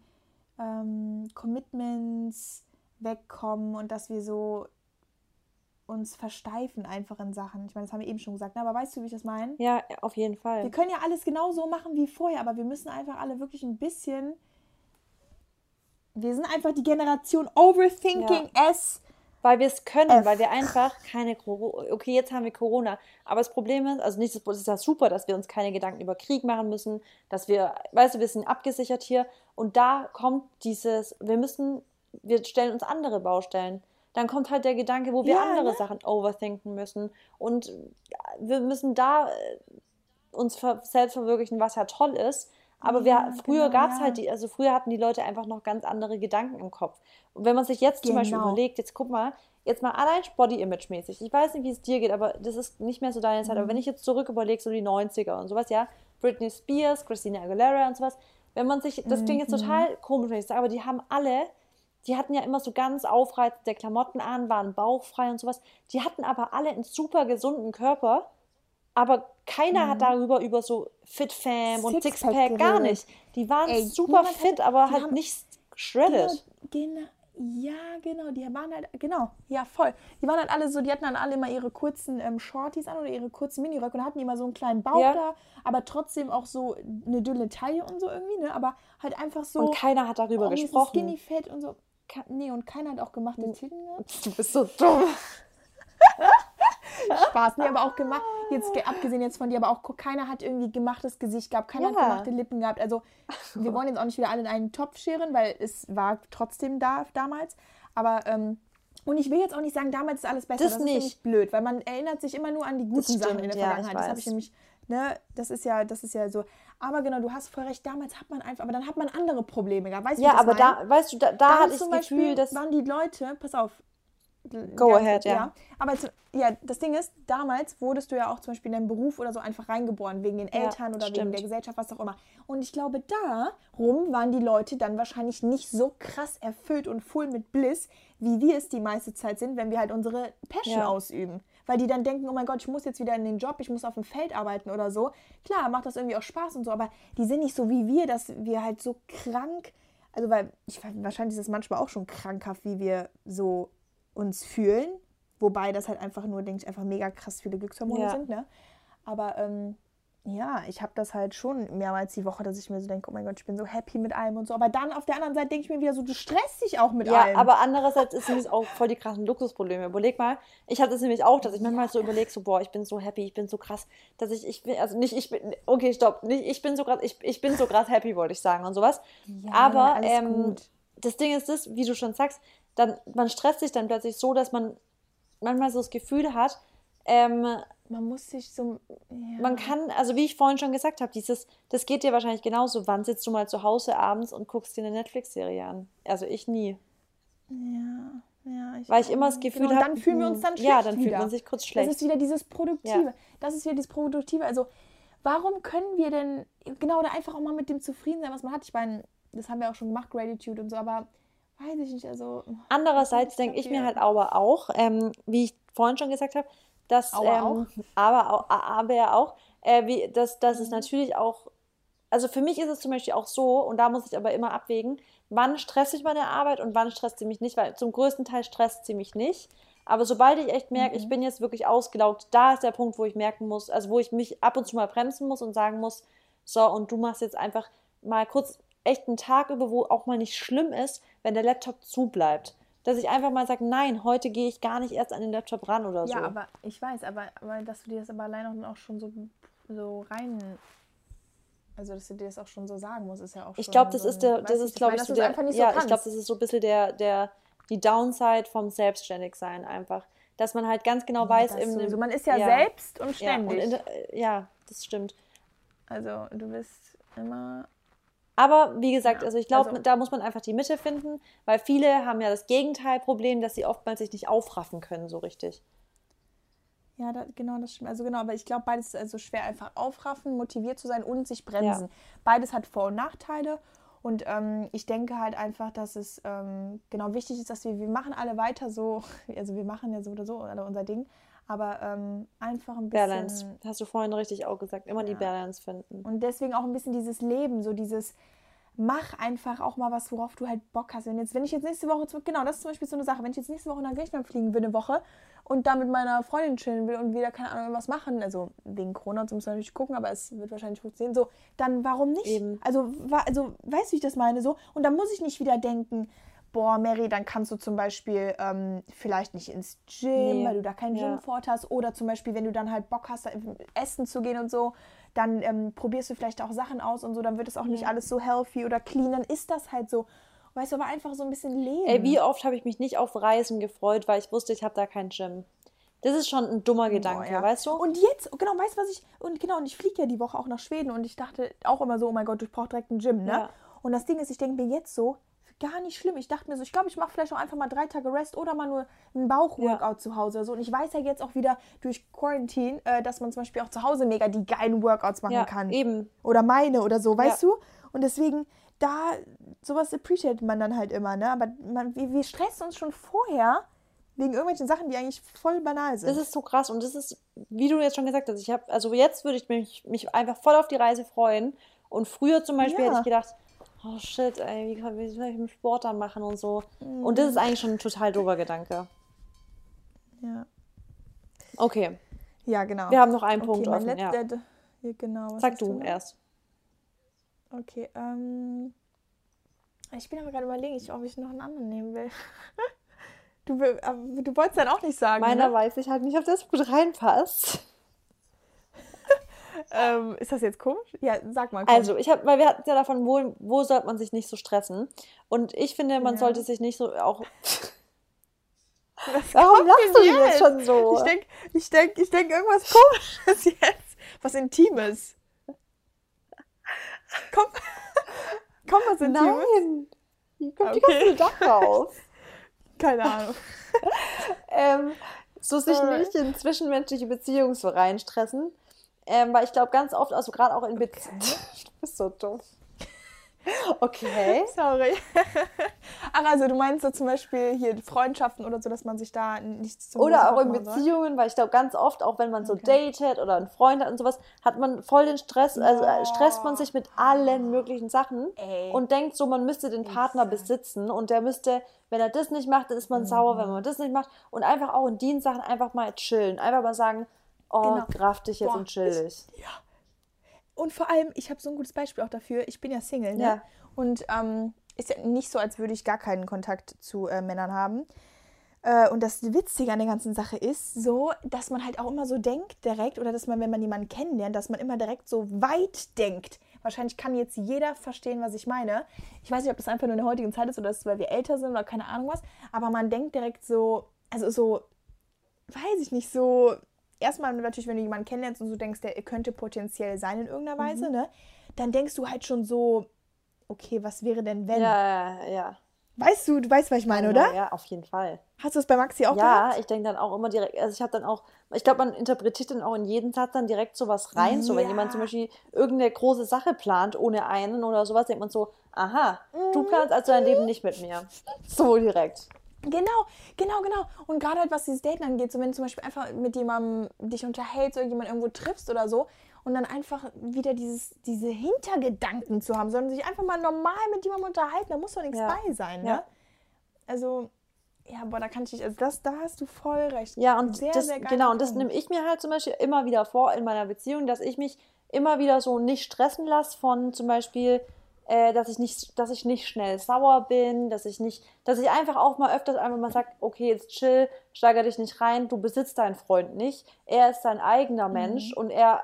Commitments wegkommen und dass wir so uns versteifen einfach in Sachen. Ich meine, das haben wir eben schon gesagt, ne? Aber weißt du, wie ich das meine? ja, auf jeden Wir Fall. können ja alles genau so machen wie vorher, aber wir müssen einfach alle wirklich ein bisschen... Wir sind einfach die Generation Overthinking as... Weil wir es können, F. weil wir einfach keine Corona. Okay, jetzt haben wir Corona. Aber das Problem ist, also nicht, es ist ja super, dass wir uns keine Gedanken über Krieg machen müssen, dass wir, weißt du, wir sind abgesichert hier. Und da kommt wir stellen uns andere Baustellen. Dann kommt halt der Gedanke, wo wir Ja, andere ne? Sachen overthinken müssen. Und wir müssen da uns selbst verwirklichen, was ja toll ist. Aber Ja, früher genau, gab es ja. halt früher hatten die Leute einfach noch ganz andere Gedanken im Kopf. Und wenn man sich jetzt zum Beispiel Genau. überlegt, jetzt guck mal, jetzt mal allein Body-Image-mäßig. Ich weiß nicht, wie es dir geht, aber das ist nicht mehr so deine Zeit. Aber wenn ich jetzt zurück überlege, so die 90er und sowas, ja, Britney Spears, Christina Aguilera und sowas, wenn man sich, das klingt jetzt total komisch, wenn ich sage, aber die hatten ja immer so ganz aufreizende Klamotten an, waren bauchfrei und sowas. Die hatten aber alle einen super gesunden Körper. Aber keiner hat darüber über so Fit Fam und Sixpack Sixpack gar geredet. nicht. Die waren Ey, super niemand fit, hat- aber die halt haben- nicht shredded. Genau. Ja, genau. Die waren halt, genau. Ja, voll. Die waren halt alle so, die hatten dann alle immer ihre kurzen Shorties an oder ihre kurzen Miniröcke und hatten immer so einen kleinen Bauch Ja. da, aber trotzdem auch so eine dünne Taille und so irgendwie, ne? Aber halt einfach so. Und keiner hat darüber mir ist ein gesprochen. Skinny Fat und so. Nee, und keiner hat auch gemachte Titten gehabt. Du bist so dumm. Spaß. Nee, aber auch gemacht, abgesehen jetzt von dir, aber auch keiner hat irgendwie gemachtes Gesicht gehabt, keiner hat Ja. gemachte Lippen gehabt. Also wir wollen jetzt auch nicht wieder alle in einen Topf scheren, weil es war trotzdem da damals. Aber Und ich will jetzt auch nicht sagen, damals ist alles besser. Das Das ist nicht. nämlich blöd, weil man erinnert sich immer nur an die guten Das Sachen in stimmt, der ja, Vergangenheit. ich Das habe ich weiß. nämlich, ne, das ist ja so. Aber genau, du hast voll recht, damals hat man einfach, aber dann hat man andere Probleme gehabt. Weißt du, wie Ja, ich das aber meine? da, weißt du, da Da hatte ist ich zum das Gefühl, Beispiel, dass... waren die Leute, pass auf, Go ganz ahead, kurz, ja. Aber ja, das Ding ist, damals wurdest du ja auch zum Beispiel in deinem Beruf oder so einfach reingeboren, wegen den Ja, Eltern oder wegen der stimmt. Gesellschaft, was auch immer. Und ich glaube, darum waren die Leute dann wahrscheinlich nicht so krass erfüllt und full mit Bliss, wie wir es die meiste Zeit sind, wenn wir halt unsere Passion Ja. ausüben. Weil die dann denken, oh mein Gott, ich muss jetzt wieder in den Job, ich muss auf dem Feld arbeiten oder so. Klar, macht das irgendwie auch Spaß und so, aber die sind nicht so wie wir, dass wir halt so krank, also weil, wahrscheinlich ist es manchmal auch schon krankhaft, wie wir so uns fühlen. Wobei das halt einfach nur, denke ich, einfach mega krass viele Glückshormone Ja. sind, ne? Aber ja, ich habe das halt schon mehrmals die Woche, dass ich mir so denke, oh mein Gott, ich bin so happy mit allem und so. Aber dann auf der anderen Seite denke ich mir wieder so, du stresst dich auch mit Ja, allem. aber andererseits ist es auch voll die krassen Luxusprobleme. Überleg mal, ich hatte es nämlich auch, dass ich manchmal so überlege, so, boah, ich bin so happy, ich bin so krass, dass ich bin, also nicht, ich bin, okay, stopp, nicht, ich bin so krass happy, wollte ich sagen und sowas. Ja, Aber alles gut. das Ding ist das, wie du schon sagst, man stresst sich dann plötzlich so, dass man manchmal so das Gefühl hat, Man muss sich so, man kann, also wie ich vorhin schon gesagt habe, das geht dir wahrscheinlich genauso. Wann sitzt du mal zu Hause abends und guckst dir eine Netflix-Serie an? Also ich nie. ja, Weil ich immer das Gefühl genau, und habe, dann fühlen wir uns dann schlecht ja, dann fühlt wieder. man sich kurz Das schlecht. ist wieder dieses Produktive. Ja. Das ist wieder dieses Produktive. Also, warum können wir denn, genau, da einfach auch mal mit dem zufrieden sein, was man hat? Ich meine, das haben wir auch schon gemacht, Gratitude und so, aber weiß ich nicht, also... Andererseits denke ich mir halt aber auch, wie ich vorhin schon gesagt habe, dass, aber ja auch, dass es natürlich auch, also für mich ist es zum Beispiel auch so, und da muss ich aber immer abwägen, wann stresst mich meine Arbeit und wann stresst sie mich nicht, weil zum größten Teil stresst sie mich nicht. Aber sobald ich echt merke, ich bin jetzt wirklich ausgelaugt, da ist der Punkt, wo ich merken muss, also wo ich mich ab und zu mal bremsen muss und sagen muss, so, und du machst jetzt einfach mal kurz echt einen Tag über, wo auch mal nicht schlimm ist, wenn der Laptop zu bleibt. Dass ich einfach mal sage, nein, heute gehe ich gar nicht erst an den Laptop ran oder so. Ja, aber ich weiß, aber dass du dir das aber allein auch schon so rein... Also, dass du dir das auch schon so sagen musst, ist ja auch schon... Ich glaube, das so ist glaube ich, dass so du es einfach nicht so ja, ich kannst. glaube, das ist so ein bisschen die Downside vom Selbstständigsein einfach. Dass man halt ganz genau weiß, das sowieso. Man ist ja selbst und ständig. Ja, das stimmt. Also, du bist immer... Aber wie gesagt, also ich glaube, also- da muss man einfach die Mitte finden, weil viele haben ja das Gegenteilproblem, dass sie oftmals sich nicht aufraffen können, so richtig. Ja, genau, das stimmt. Also genau, aber ich glaube, beides ist also schwer, einfach aufraffen, motiviert zu sein und sich bremsen. Ja. Beides hat Vor- und Nachteile. Und ich denke halt einfach, dass es genau wichtig ist, dass wir machen alle weiter so, also wir machen ja so oder so alle unser Ding, aber einfach ein bisschen... Balance, hast du vorhin richtig auch gesagt, immer die Balance finden. Und deswegen auch ein bisschen dieses Leben, so dieses, mach einfach auch mal was, worauf du halt Bock hast. Wenn ich jetzt nächste Woche, genau, das ist zum Beispiel so eine Sache, wenn ich jetzt nächste Woche nach Griechenland fliegen will, eine Woche, und da mit meiner Freundin chillen will und wieder, keine Ahnung, irgendwas machen, also wegen Corona, so müssen wir natürlich gucken, aber es wird wahrscheinlich funktionieren, so, dann warum nicht? Eben. Also, weißt du, wie ich das meine, so? Und dann muss ich nicht wieder denken, boah, Mary, dann kannst du zum Beispiel vielleicht nicht ins Gym, weil du da keinen Gymfort hast, oder zum Beispiel, wenn du dann halt Bock hast, da essen zu gehen und so, dann probierst du vielleicht auch Sachen aus und so, dann wird es auch nicht alles so healthy oder clean, dann ist das halt so. Weißt du, aber einfach so ein bisschen leben. Ey, wie oft habe ich mich nicht auf Reisen gefreut, weil ich wusste, ich habe da kein Gym. Das ist schon ein dummer Gedanke, weißt du? Und jetzt, genau, weißt du, und ich fliege ja die Woche auch nach Schweden und ich dachte auch immer so, oh mein Gott, ich brauche direkt ein Gym, ne? Ja. Und das Ding ist, ich denke mir jetzt so, gar nicht schlimm. Ich dachte mir so, ich glaube, ich mache vielleicht auch einfach mal 3 Tage Rest oder mal nur ein Bauchworkout zu Hause oder so. Und ich weiß ja jetzt auch wieder durch Quarantine, dass man zum Beispiel auch zu Hause mega die geilen Workouts machen kann. Eben. Oder meine oder so, weißt du? Und deswegen, sowas appreciatet man dann halt immer, ne? Aber wir stressen uns schon vorher wegen irgendwelchen Sachen, die eigentlich voll banal sind. Das ist so krass und das ist, wie du jetzt schon gesagt hast, also jetzt würde ich mich einfach voll auf die Reise freuen. Und früher zum Beispiel hätte ich gedacht, oh shit, ey, wie soll ich mit Sport dann machen und so. Und das ist eigentlich schon ein total doofer Gedanke. Ja. Okay. Ja, genau. Wir haben noch einen Punkt offen. Ja, genau. Sag du erst. Okay, ich bin aber gerade überlegen, ob ich noch einen anderen nehmen will. Du wolltest dann auch nicht sagen, Meiner ne? weiß ich halt nicht, ob das gut reinpasst. Ist das jetzt komisch? Ja, sag mal. Komm. Also, weil wir hatten ja davon, wo sollte man sich nicht so stressen. Und ich finde, man sollte sich nicht so auch... Was Warum kommt lachst denn du denn jetzt jetzt? schon so? Ich denk irgendwas Komisches jetzt. Was Intimes. Komm, komm, was Intimes? Nein. Wie kommst Okay. du da drauf? Keine Ahnung. So sich nicht in zwischenmenschliche Beziehungen so reinstressen. Weil ich glaube ganz oft, also gerade auch in Beziehungen. Du bist so doof. Okay. Sorry. Ach, also du meinst so zum Beispiel hier Freundschaften oder so, dass man sich da nichts zum Oder großen auch Kopf in machen soll? Beziehungen, weil ich glaube ganz oft, auch wenn man so datet oder einen Freund hat und sowas, hat man voll den Stress, also stresst man sich mit allen möglichen Sachen Ey. und denkt so, man müsste den Partner besitzen und der müsste, wenn er das nicht macht, dann ist man sauer, wenn man das nicht macht und einfach auch in den Sachen einfach mal chillen, einfach mal sagen, oh, Genau. raff dich jetzt Boah, und chill dich. Und vor allem, ich habe so ein gutes Beispiel auch dafür. Ich bin ja Single, ne? Ja. Und ist ja nicht so, als würde ich gar keinen Kontakt zu Männern haben. Und das Witzige an der ganzen Sache ist so, dass man halt auch immer so denkt direkt, oder dass man, wenn man jemanden kennenlernt, dass man immer direkt so weit denkt. Wahrscheinlich kann jetzt jeder verstehen, was ich meine. Ich weiß nicht, ob das einfach nur in der heutigen Zeit ist oder ist, weil wir älter sind oder keine Ahnung was. Aber man denkt direkt so, also so, weiß ich nicht, so erstmal natürlich, wenn du jemanden kennenlernst und so denkst, der könnte potenziell sein in irgendeiner Weise, ne? Dann denkst du halt schon so, okay, was wäre denn wenn? Ja. Weißt du weißt, was ich meine, oder? Ja, auf jeden Fall. Hast du das bei Maxi auch Ja, gehabt? ich denke dann auch immer direkt, also ich habe dann auch, ich glaube, man interpretiert dann auch in jeden Satz dann direkt sowas rein. So, wenn Ja. jemand zum Beispiel irgendeine große Sache plant ohne einen oder sowas, denkt man so, aha, du planst also dein Leben nicht mit mir. So direkt. Genau. Und gerade halt, was dieses Daten angeht, so wenn du zum Beispiel einfach mit jemandem dich unterhältst oder jemanden irgendwo triffst oder so und dann einfach wieder diese Hintergedanken zu haben, sondern sich einfach mal normal mit jemandem unterhalten, da muss doch nichts Ja. bei sein, ne? Ja. Also, ja, boah, da kann ich nicht, also da hast du voll recht. Ja, und sehr, das, sehr geiler genau, und das Punkt. nehme ich mir halt zum Beispiel immer wieder vor in meiner Beziehung, dass ich mich immer wieder so nicht stressen lasse von zum Beispiel, dass ich nicht schnell sauer bin, dass ich einfach auch mal öfters einfach mal sage, okay, jetzt chill, steiger dich nicht rein, du besitzt deinen Freund nicht, er ist sein eigener Mensch und er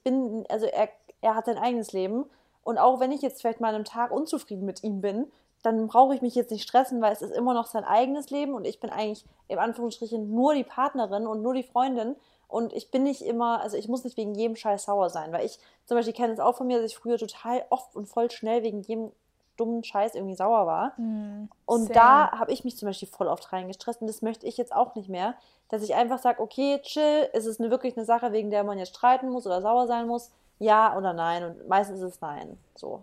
hat sein eigenes Leben und auch wenn ich jetzt vielleicht mal an einem Tag unzufrieden mit ihm bin, dann brauche ich mich jetzt nicht stressen, weil es ist immer noch sein eigenes Leben und ich bin eigentlich in Anführungsstrichen nur die Partnerin und nur die Freundin und ich bin nicht immer, also ich muss nicht wegen jedem Scheiß sauer sein, weil ich zum Beispiel kenne es auch von mir, dass ich früher total oft und voll schnell wegen jedem dummen Scheiß irgendwie sauer war. Und same. da habe ich mich zum Beispiel voll oft reingestresst und das möchte ich jetzt auch nicht mehr, dass ich einfach sage, okay, chill, ist es wirklich eine Sache, wegen der man jetzt streiten muss oder sauer sein muss? Ja oder nein? Und meistens ist es nein. So.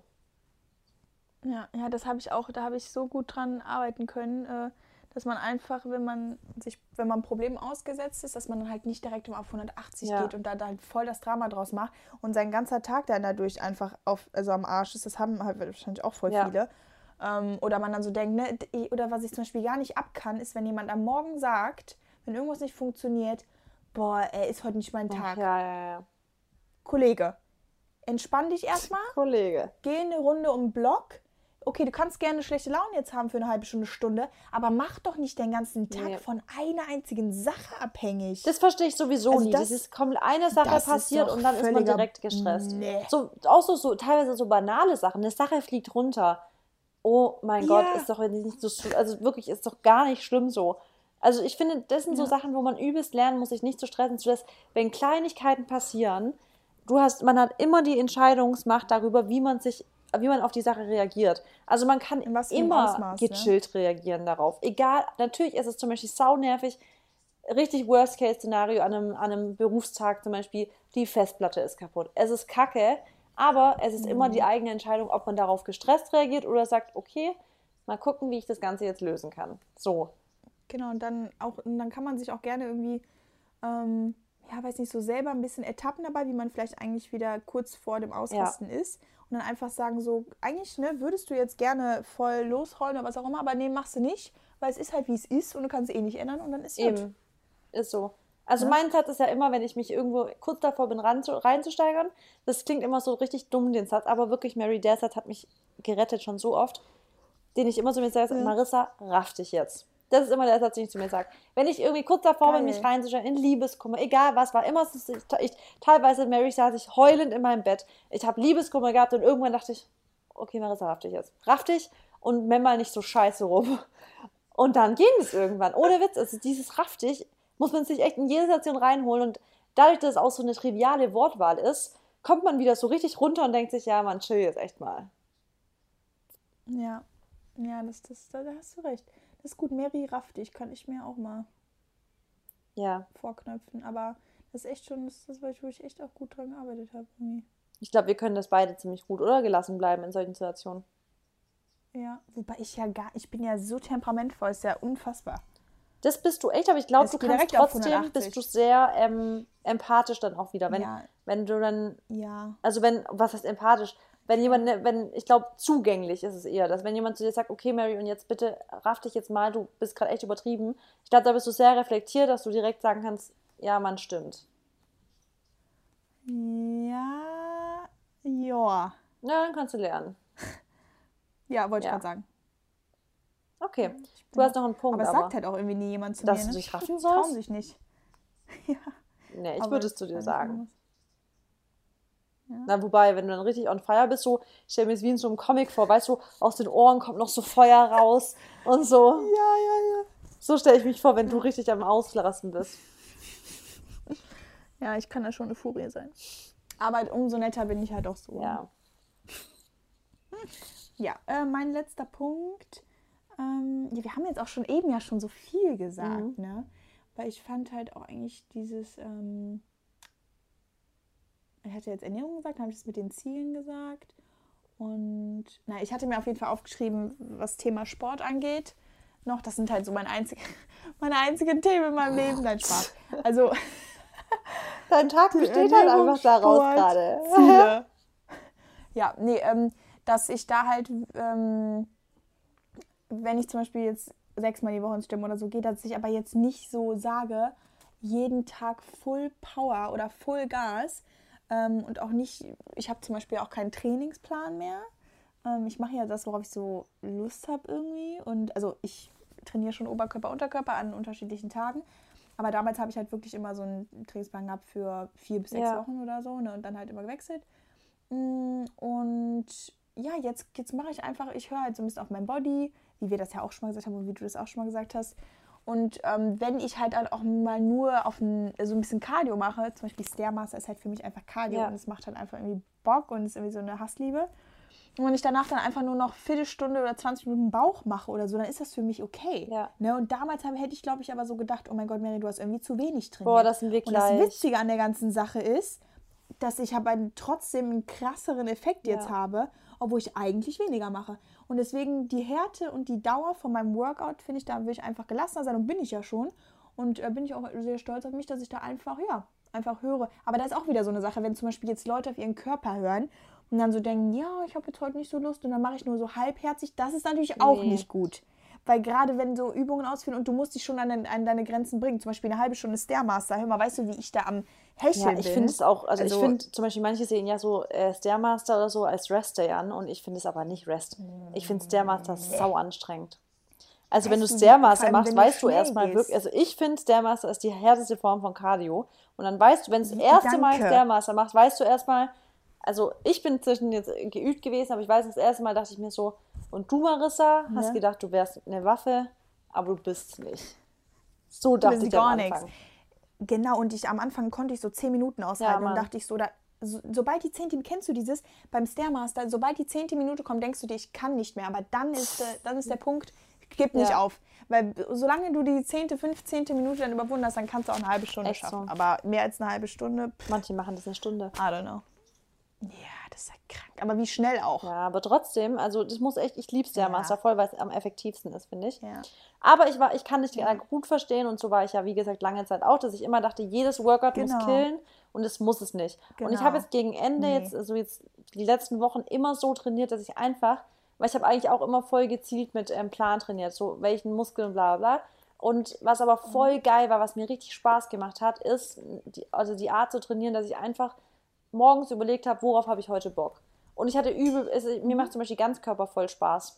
Ja, da habe ich so gut dran arbeiten können, dass man einfach, wenn man ein Problem ausgesetzt ist, dass man dann halt nicht direkt immer auf 180 Ja. geht und da halt voll das Drama draus macht und sein ganzer Tag dann dadurch einfach am Arsch ist. Das haben halt wahrscheinlich auch voll Ja. viele. Oder man dann so denkt, ne, oder was ich zum Beispiel gar nicht ab kann, ist, wenn jemand am Morgen sagt, wenn irgendwas nicht funktioniert, boah, ist heute nicht mein Tag. Ja. Kollege, entspann dich erstmal. Kollege. Geh eine Runde um den Block. Okay, du kannst gerne schlechte Laune jetzt haben für eine halbe Stunde, aber mach doch nicht den ganzen Tag Nee. von einer einzigen Sache abhängig. Das verstehe ich sowieso Also nie. das- Das ist eine Sache das ist passiert doch und dann ist man völliger- direkt gestresst. Nee. Auch so teilweise so banale Sachen. Eine Sache fliegt runter. Oh mein Gott, Ja. ist doch nicht so, also wirklich, ist doch gar nicht schlimm so. Also ich finde, das sind so Sachen, wo man übelst lernen muss, sich nicht zu stressen, sodass, wenn Kleinigkeiten passieren, man hat immer die Entscheidungsmacht darüber, wie man auf die Sache reagiert. Also man kann In was für einem immer Ausmaß, ne? gechillt reagieren darauf. Egal, natürlich ist es zum Beispiel saunervig, richtig Worst-Case-Szenario an einem Berufstag zum Beispiel, die Festplatte ist kaputt. Es ist kacke, aber es ist immer die eigene Entscheidung, ob man darauf gestresst reagiert oder sagt, okay, mal gucken, wie ich das Ganze jetzt lösen kann. So. Genau, und dann kann man sich auch gerne irgendwie, weiß nicht, so selber ein bisschen ertappen dabei, wie man vielleicht eigentlich wieder kurz vor dem Ausrasten ist. Und dann einfach sagen so, eigentlich, ne, würdest du jetzt gerne voll losrollen oder was auch immer, aber nee, machst du nicht, weil es ist halt, wie es ist und du kannst es eh nicht ändern und dann ist es gut. Eben. Ist so. Also mein Satz ist ja immer, wenn ich mich irgendwo kurz davor bin, reinzusteigern, das klingt immer so richtig dumm, den Satz, aber wirklich, Mary, der Satz hat mich gerettet schon so oft, den ich immer zu mir sage, Marissa, raff dich jetzt. Das ist immer der Satz, den ich zu mir sage. Wenn ich irgendwie kurz davor bin, mich reinzusteigen, in Liebeskummer, egal was, war immer, teilweise, Mary, saß ich heulend in meinem Bett, ich habe Liebeskummer gehabt und irgendwann dachte ich, okay, Marissa, raff dich jetzt. Raff dich und memmer nicht so scheiße rum. Und dann ging es irgendwann. Ohne Witz, also dieses Raftig muss man sich echt in jede Situation reinholen. Und dadurch, dass es auch so eine triviale Wortwahl ist, kommt man wieder so richtig runter und denkt sich, ja, man, chill jetzt echt mal. Ja. Ja, da hast du recht. Das ist gut, Mary Raftig kann ich mir auch mal Ja, vorknöpfen. Aber das ist echt schon, wo ich echt auch gut dran gearbeitet habe. Irgendwie. ich glaube, wir können das beide ziemlich gut, oder? Gelassen bleiben in solchen Situationen. Ja, wobei ich bin ja so temperamentvoll, ist ja unfassbar. Das bist du echt, aber ich glaube, Es du geht kannst direkt auf trotzdem, 180. bist du sehr empathisch dann auch wieder. Ja, Wenn du dann, ja. also was heißt empathisch? Wenn jemand, ich glaube, zugänglich ist es eher, dass wenn jemand zu dir sagt, okay, Mary, und jetzt bitte raff dich jetzt mal, du bist gerade echt übertrieben. Ich glaube, da bist du sehr reflektiert, dass du direkt sagen kannst, ja, Mann, stimmt. Ja, ja. Ja, dann kannst du lernen. Ja, wollte ich Ja, gerade sagen. okay. Ich Du bin, hast noch einen Punkt, aber es sagt aber halt auch irgendwie nie jemand zu dass mir, du ne? dich raffen Die trauen sollst? sich nicht. Ja, Nee, ich aber würde ich es zu dir kann sagen. Ja. Na, wobei, wenn du dann richtig on fire bist, so, ich stelle mir es wie in so einem Comic vor, weißt du, aus den Ohren kommt noch so Feuer raus und so. Ja. So stelle ich mich vor, wenn du richtig am Ausrasten bist. Ja, ich kann da schon eine Furie sein. Aber umso netter bin ich halt auch so. Ja. Ja, mein letzter Punkt. Ja, wir haben jetzt auch schon eben ja schon so viel gesagt, ne? Weil ich fand halt auch eigentlich dieses, ich hatte jetzt Ernährung gesagt, dann habe ich es mit den Zielen gesagt. Und ich hatte mir auf jeden Fall aufgeschrieben, was Thema Sport angeht. Noch, das sind halt so meine einzigen Themen in meinem Leben. Nein, Spaß. Also, Dein Tag besteht halt einfach daraus gerade. Ziele. Ja, nee, dass ich da halt, wenn ich zum Beispiel jetzt 6-mal die Woche ins Gym oder so gehe, dass ich aber jetzt nicht so sage, jeden Tag Full Power oder Full Gas und auch nicht, ich habe zum Beispiel auch keinen Trainingsplan mehr. Ich mache ja das, worauf ich so Lust habe irgendwie und also ich trainiere schon Oberkörper, Unterkörper an unterschiedlichen Tagen, aber damals habe ich halt wirklich immer so einen Trainingsplan gehabt für 4 bis 6 Wochen oder so, ne, und dann halt immer gewechselt. Und ja, jetzt mache ich einfach, ich höre halt so ein bisschen auf mein Body, wie wir das ja auch schon mal gesagt haben und wie du das auch schon mal gesagt hast. Und wenn ich halt auch mal nur auf so ein bisschen Cardio mache, zum Beispiel Stairmaster ist halt für mich einfach Cardio und es macht halt einfach irgendwie Bock und ist irgendwie so eine Hassliebe. Und wenn ich danach dann einfach nur noch Viertelstunde oder 20 Minuten Bauch mache oder so, dann ist das für mich okay. Ja. Ne? Und damals hätte ich, glaube ich, aber so gedacht, oh mein Gott, Mary, du hast irgendwie zu wenig trainiert. Boah, das sind wir Und das gleich. Witzige an der ganzen Sache ist, dass ich aber trotzdem einen krasseren Effekt jetzt habe, obwohl ich eigentlich weniger mache. Und deswegen die Härte und die Dauer von meinem Workout, finde ich, da will ich einfach gelassener sein und bin ich ja schon. Und bin ich auch sehr stolz auf mich, dass ich da einfach höre. Aber da ist auch wieder so eine Sache, wenn zum Beispiel jetzt Leute auf ihren Körper hören und dann so denken, ja, ich habe jetzt heute nicht so Lust und dann mache ich nur so halbherzig, das ist natürlich auch nicht gut. Weil gerade wenn so Übungen ausführen und du musst dich schon an deine Grenzen bringen, zum Beispiel eine halbe Stunde Stairmaster, hör mal, weißt du, wie ich da am Hecheln bin? Ja, ich finde es auch, also ich finde zum Beispiel, manche sehen ja so Stairmaster oder so als Rest-Day an und ich finde es aber nicht Rest. Ich finde Stairmaster sau anstrengend. Also wenn du Stairmaster machst, weißt du erstmal wirklich, also ich finde Stairmaster ist die härteste Form von Cardio und dann weißt du, wenn du das erste Mal Stairmaster machst, weißt du erstmal, also ich bin zwischen jetzt geübt gewesen, aber ich weiß, das erste Mal dachte ich mir so, und du, Marissa, hast gedacht, du wärst eine Waffe, aber du bist es nicht. So dachte ich am Anfang. Genau, und am Anfang konnte ich so 10 Minuten aushalten und dachte ich so, sobald die 10. kennst du dieses, beim Stairmaster, sobald die 10. Minute kommt, denkst du dir, ich kann nicht mehr, aber dann ist der Punkt, gib nicht auf. Weil solange du die 10., 15. Minute dann überwunden hast, dann kannst du auch eine halbe Stunde schaffen. So. Aber mehr als eine halbe Stunde. Manche machen das eine Stunde. I don't know. Ja, das ist ja krank. Aber wie schnell auch. Ja, aber trotzdem, also das muss echt, ich liebe Stairmaster voll, weil es am effektivsten ist, finde ich. Ja. Aber ich kann dich gut verstehen und so war ich ja, wie gesagt, lange Zeit auch, dass ich immer dachte, jedes Workout muss killen und es muss es nicht. Genau. Und ich habe jetzt gegen Ende jetzt die letzten Wochen immer so trainiert, dass ich einfach, weil ich habe eigentlich auch immer voll gezielt mit Plan trainiert, so welchen Muskeln und bla bla bla. Und was aber voll geil war, was mir richtig Spaß gemacht hat, ist die Art zu trainieren, dass ich einfach morgens überlegt habe, worauf habe ich heute Bock. Und ich hatte mir macht zum Beispiel Ganzkörper voll Spaß.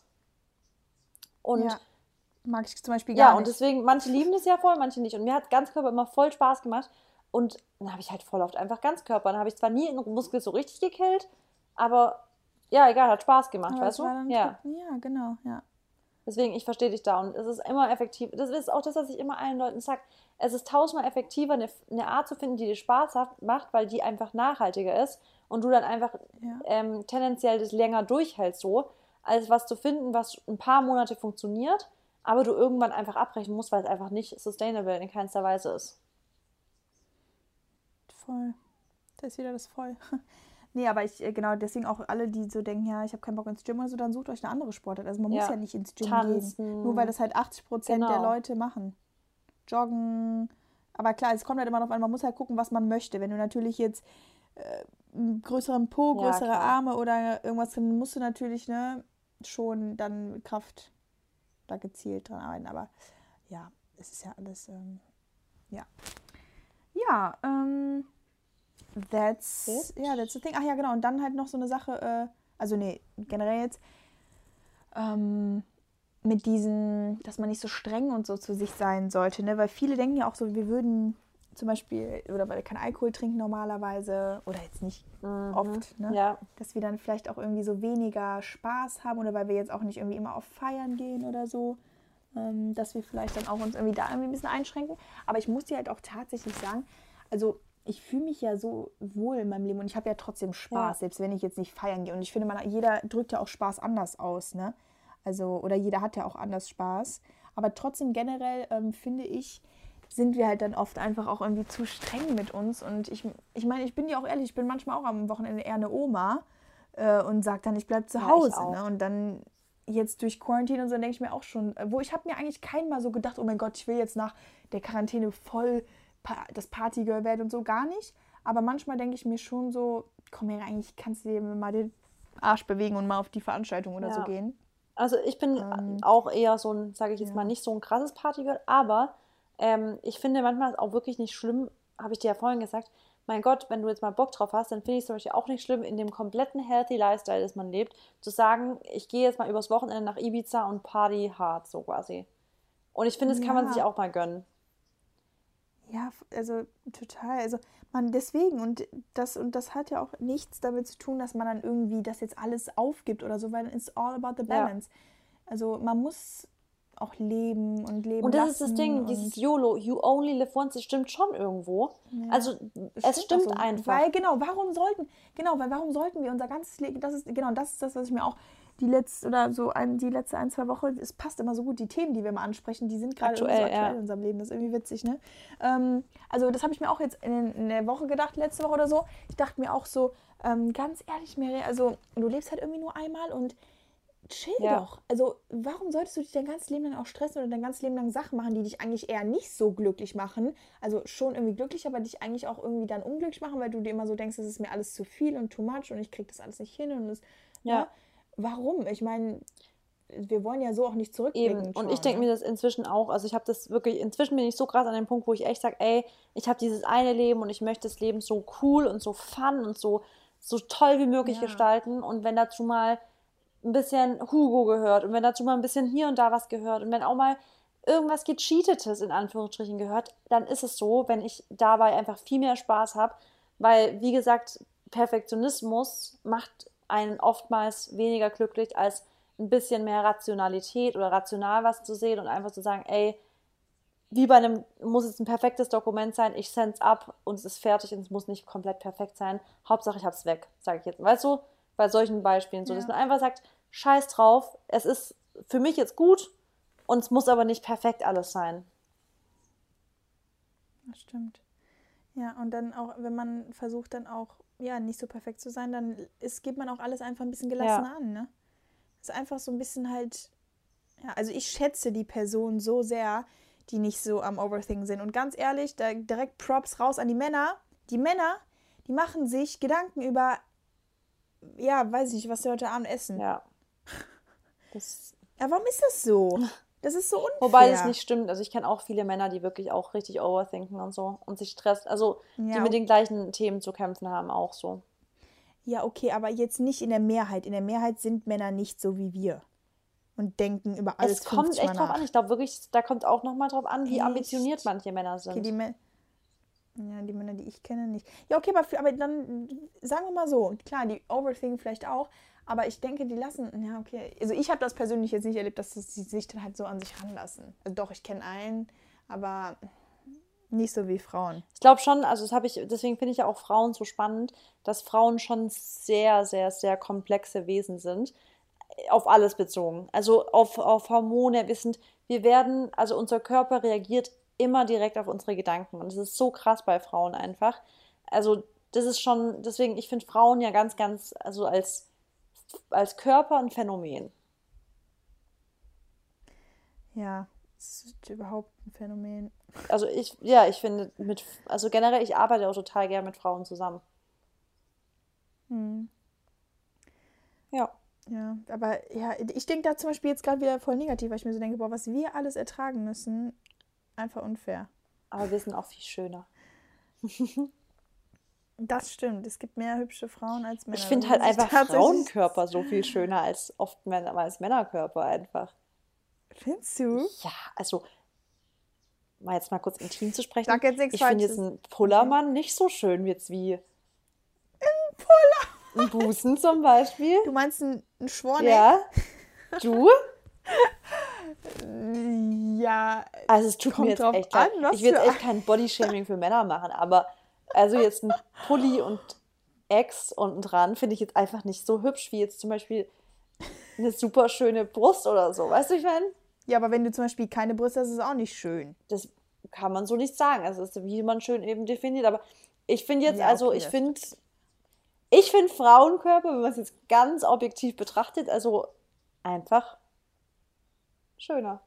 Und mag ich zum Beispiel gar nicht. Ja, und deswegen, manche lieben das ja voll, manche nicht. Und mir hat Ganzkörper immer voll Spaß gemacht. Und dann habe ich halt voll oft einfach Ganzkörper. Dann habe ich zwar nie einen Muskel so richtig gekillt, aber ja, egal, hat Spaß gemacht, aber weißt du? Ja, genau, ja. Deswegen, ich verstehe dich da und es ist immer effektiv. Das ist auch das, was ich immer allen Leuten sage. Es ist tausendmal effektiver, eine Art zu finden, die dir Spaß macht, weil die einfach nachhaltiger ist und du dann einfach Ja. tendenziell das länger durchhältst so, als was zu finden, was ein paar Monate funktioniert, aber du irgendwann einfach abbrechen musst, weil es einfach nicht sustainable in keinster Weise ist. Voll. Da ist wieder das voll. Nee, aber genau, deswegen auch alle, die so denken, ja, ich habe keinen Bock ins Gym oder so, dann sucht euch eine andere Sportart. Also man muss Ja, ja nicht ins Gym gehen, nur weil tanzen, das halt 80% der genau. Leute machen. Joggen. Aber klar, es kommt halt immer darauf an, man muss halt gucken, was man möchte. Wenn du natürlich jetzt einen größeren Po, Ja, größere klar. Arme oder irgendwas, dann musst du natürlich schon dann mit Kraft da gezielt dran arbeiten. Aber ja, es ist ja alles, ja. Ja, Fit. that's the thing. Ach ja, genau. Und dann halt noch so eine Sache, also nee, generell jetzt, mit diesen, dass man nicht so streng und so zu sich sein sollte, ne? Weil viele denken ja auch so, wir würden zum Beispiel, oder weil wir keinen Alkohol trinken normalerweise, oder jetzt nicht oft, ne? Ja, Dass wir dann vielleicht auch irgendwie so weniger Spaß haben oder weil wir jetzt auch nicht irgendwie immer auf Feiern gehen oder so, dass wir vielleicht dann auch uns irgendwie da irgendwie ein bisschen einschränken. Aber ich muss dir halt auch tatsächlich sagen, also ich fühle mich ja so wohl in meinem Leben und ich habe ja trotzdem Spaß, ja, selbst wenn ich jetzt nicht feiern gehe. Und ich finde, jeder drückt ja auch Spaß anders aus, ne? Also, oder jeder hat ja auch anders Spaß. Aber trotzdem generell finde ich, sind wir halt dann oft einfach auch irgendwie zu streng mit uns. Und ich meine, ich bin ja auch ehrlich, ich bin manchmal auch am Wochenende eher eine Oma und sage dann, ich bleibe zu ja, ich Hause. Ne? auch. Und dann jetzt durch Quarantäne und so denke ich mir auch schon, ich habe mir eigentlich kein Mal so gedacht, oh mein Gott, ich will jetzt nach der Quarantäne voll das Partygirl werden und so, gar nicht. Aber manchmal denke ich mir schon so, komm her, eigentlich kannst du dir mal den Arsch bewegen und mal auf die Veranstaltung oder so Ja. gehen. Also ich bin Ähm, auch eher so ein, sage ich jetzt mal, ja. nicht so ein krasses Partygirl, aber ich finde manchmal ist auch wirklich nicht schlimm, habe ich dir ja vorhin gesagt, mein Gott, wenn du jetzt mal Bock drauf hast, dann finde ich es zum Beispiel auch nicht schlimm, in dem kompletten healthy Lifestyle, das man lebt, zu sagen, ich gehe jetzt mal übers Wochenende nach Ibiza und party hard, so quasi. Und ich finde, das kann man sich Ja, auch mal gönnen. ja, also total. Also man deswegen und das hat ja auch nichts damit zu tun, dass man dann irgendwie das jetzt alles aufgibt oder so, weil it's all about the Ja. balance. Also man muss auch leben und leben Und das ist das lassen Ding, dieses und YOLO, you only live once, das stimmt schon irgendwo. ja, Also es es stimmt auch stimmt so, einfach. weil warum sollten wir unser ganzes Leben, das ist das, was ich mir auch die letzte ein, zwei Wochen, es passt immer so gut, die Themen, die wir mal ansprechen, die sind gerade irgendwie so Aktuell, aktuell ja. in unserem Leben, das ist irgendwie witzig, ne? Also das habe ich mir auch jetzt in der Woche gedacht, letzte Woche oder so, ich dachte mir auch so, ganz ehrlich, Mary, also du lebst halt irgendwie nur einmal und chill Ja, doch. Also, warum solltest du dich dein ganzes Leben lang auch stressen oder dein ganzes Leben lang Sachen machen, die dich eigentlich eher nicht so glücklich machen? Also schon irgendwie glücklich, aber dich eigentlich auch irgendwie dann unglücklich machen, weil du dir immer so denkst, das ist mir alles zu viel und too much und ich krieg das alles nicht hin und ne? ja. Warum? Ich meine, wir wollen ja so auch nicht Eben. zurückblickend Und ich schauen, denke ne? mir das inzwischen auch. Also ich habe das wirklich, inzwischen bin ich so krass an dem Punkt, wo ich echt sage, ey, ich habe dieses eine Leben und ich möchte das Leben so cool und so fun und so toll wie möglich Ja, gestalten. Und wenn dazu mal ein bisschen Hugo gehört und wenn dazu mal ein bisschen hier und da was gehört und wenn auch mal irgendwas Gecheatetes in Anführungsstrichen gehört, dann ist es so, wenn ich dabei einfach viel mehr Spaß habe, weil, wie gesagt, Perfektionismus macht einen oftmals weniger glücklich als ein bisschen mehr Rationalität oder rational was zu sehen und einfach zu sagen, ey, wie bei einem, muss es ein perfektes Dokument sein, ich send's ab und es ist fertig und es muss nicht komplett perfekt sein. Hauptsache ich hab's weg, sage ich jetzt. Weißt du, bei solchen Beispielen, so dass ja, man einfach sagt, scheiß drauf, es ist für mich jetzt gut und es muss aber nicht perfekt alles sein. das stimmt. Ja, und dann auch, wenn man versucht dann auch, ja, nicht so perfekt zu sein, dann geht man auch alles einfach ein bisschen Ja, gelassener an, ne? Ist einfach so ein bisschen halt. Ja, also ich schätze die Person so sehr, die nicht so am Overthinken sind. Und ganz ehrlich, da direkt Props raus an die Männer. Die Männer, die machen sich Gedanken über, ja, weiß ich nicht, was sie heute Abend essen. ja. Das, Ja, warum ist das so? Das ist so wobei das unfair. nicht stimmt. Also ich kenne auch viele Männer, die wirklich auch richtig overthinken und so und sich stressen, also die Ja, mit den gleichen Themen zu kämpfen haben, auch so. ja, okay, aber jetzt nicht in der Mehrheit. In der Mehrheit sind Männer nicht so wie wir und denken über Es alles kommt 50 Mal echt drauf an. nach. Ich glaube wirklich, da kommt auch nochmal drauf an, wie ambitioniert Echt? manche Männer Okay, sind. Ja, die Männer, die ich kenne, nicht. Ja, okay, aber dann sagen wir mal so, klar, die overthinken vielleicht auch, aber ich denke, die lassen, ja, okay. Also ich habe das persönlich jetzt nicht erlebt, dass sie sich dann halt so an sich ranlassen. Also doch, ich kenne einen, aber nicht so wie Frauen. Ich glaube schon, also deswegen finde ich ja auch Frauen so spannend, dass Frauen schon sehr, sehr, sehr komplexe Wesen sind, auf alles bezogen. Also auf Hormone, also unser Körper reagiert immer direkt auf unsere Gedanken. Und das ist so krass bei Frauen einfach. Also das ist schon, deswegen, ich finde Frauen ja ganz, ganz, also als Körper ein Phänomen. Ja, das ist überhaupt ein Phänomen. Also ich finde also generell, ich arbeite auch total gern mit Frauen zusammen. Hm. Ja. Ja, aber ja, ich denke da zum Beispiel jetzt gerade wieder voll negativ, weil ich mir so denke, boah, was wir alles ertragen müssen, einfach unfair. Aber wir sind auch viel schöner. Das stimmt, es gibt mehr hübsche Frauen als Männer. Ich Da finde halt muss ich einfach tatsächlich. Frauenkörper so viel schöner als oft als Männerkörper einfach. Findest du? Ja, also mal jetzt mal kurz intim zu sprechen. Sag jetzt nichts Ich finde jetzt Falsches. einen Pullermann nicht so schön jetzt wie ein Busen zum Beispiel. Du meinst ein Schworneck? Ja. Du? Ja, Also es tut mir kommt jetzt drauf echt leid. an, was Ich will jetzt für echt kein Bodyshaming für Männer machen, aber also jetzt ein Pulli und Ex unten dran finde ich jetzt einfach nicht so hübsch wie jetzt zum Beispiel eine super schöne Brust oder so. Weißt du, ich meine? Ja, aber wenn du zum Beispiel keine Brüste hast, ist es auch nicht schön. Das kann man so nicht sagen. Also es ist, wie man schön eben definiert. Aber ich finde jetzt, Ja, also okay, ich finde Frauenkörper, wenn man es jetzt ganz objektiv betrachtet, also einfach schöner.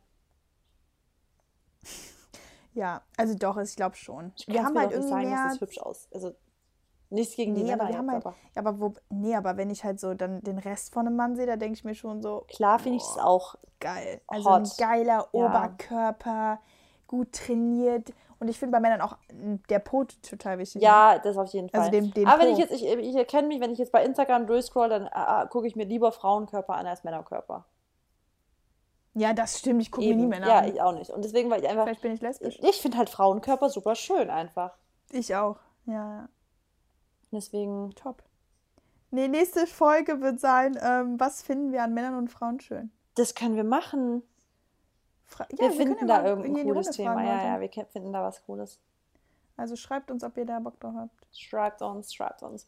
Ja, also doch, ich glaube schon. Ich Wir kann es haben mir halt doch nicht irgendwie sagen, dass mehr. das hübsch aus. Also nichts gegen die Nee, aber Männer wir haben jetzt, halt. aber Ja, aber wenn ich halt so dann den Rest von einem Mann sehe, da denke ich mir schon so, klar finde ich es auch geil. Also ein hot. geiler Ja. Oberkörper, gut trainiert. Und ich finde bei Männern auch der Po total wichtig. Ne? Ja, das auf jeden Fall. Also den Aber wenn Po. ich erkenne mich, wenn ich jetzt bei Instagram durchscroll, dann gucke ich mir lieber Frauenkörper an als Männerkörper. Ja, das stimmt. Ich gucke mir nie Eben. Männer Ja, an. ich auch nicht. Und deswegen, weil ich einfach, Vielleicht bin ich lesbisch. ich finde halt Frauenkörper super schön einfach. Ich auch. Ja, Deswegen, top. Nee, nächste Folge wird sein, was finden wir an Männern und Frauen schön? das können wir machen. Ja, Wir finden können da ja mal irgendein hier in die cooles Runde Thema. fragen, Ja, Leute. ja, wir finden da was Cooles. Also schreibt uns, ob ihr da Bock drauf habt. Schreibt uns, schreibt uns.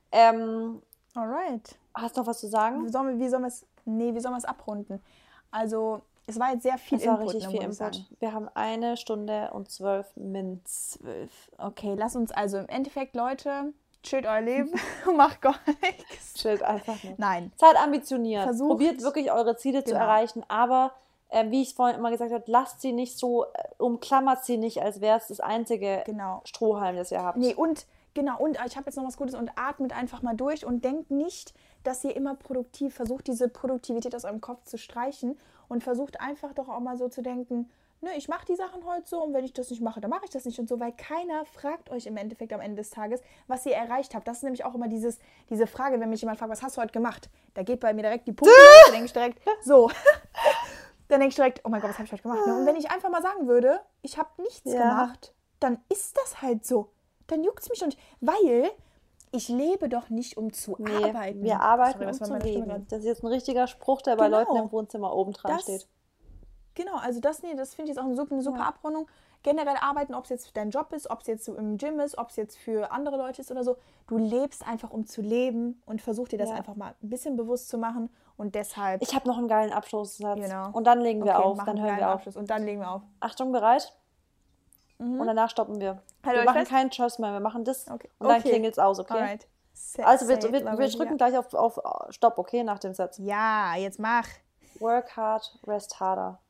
Alright. Hast du noch was zu sagen? Wie sollen wir es abrunden? Also, es war jetzt sehr viel Es war Input, richtig ne, viel muss ich Input. sagen. Wir haben 1 Stunde und 12 Min. 12. Okay, lass uns also im Endeffekt, Leute, chillt euer Leben, macht gar nichts. Chillt einfach nicht. Nein. Seid ambitioniert. Versucht- Probiert wirklich eure Ziele zu Genau. erreichen, aber wie ich es vorhin immer gesagt habe, lasst sie nicht so, umklammert sie nicht, als wäre es das einzige Genau. Strohhalm, das ihr habt. Nee, und ich habe jetzt noch was Gutes und atmet einfach mal durch und denkt nicht, dass ihr immer versucht, diese Produktivität aus eurem Kopf zu streichen und versucht einfach doch auch mal so zu denken, ne, ich mache die Sachen heute so und wenn ich das nicht mache, dann mache ich das nicht und so, weil keiner fragt euch im Endeffekt am Ende des Tages, was ihr erreicht habt. Das ist nämlich auch immer diese Frage, wenn mich jemand fragt, was hast du heute gemacht? Da geht bei mir direkt die Pumpe, da denke ich direkt, so. Dann denke ich direkt, oh mein Gott, was habe ich heute gemacht? Ne? Und wenn ich einfach mal sagen würde, ich habe nichts Ja. gemacht, dann ist das halt so. Dann juckt es mich doch nicht, weil ich lebe doch nicht, um zu arbeiten. Wir arbeiten, Sorry, was um war zu meine Stimme leben. gerade? Das ist jetzt ein richtiger Spruch, der bei Genau. Leuten im Wohnzimmer oben dran Das- steht. Genau, also das finde ich jetzt auch eine super Abrundung. Generell arbeiten, ob es jetzt dein Job ist, ob es jetzt so im Gym ist, ob es jetzt für andere Leute ist oder so. Du lebst einfach, um zu leben und versuch dir das Ja. einfach mal ein bisschen bewusst zu machen und deshalb... Ich habe noch einen geilen Abschlusssatz. Genau. Und dann legen wir Okay, auf, machen dann einen hören kleinen wir auf. Abschluss und dann legen wir auf. Achtung, bereit? Und danach stoppen wir. Haltet Wir euch machen fest. keinen Tschüss mehr, wir machen das Okay. und dann Okay. klingelt's aus, okay? Alright. Also wir Say it, love it, drücken ja. gleich auf Stopp, okay, nach dem Satz. Ja, jetzt mach. Work hard, rest harder.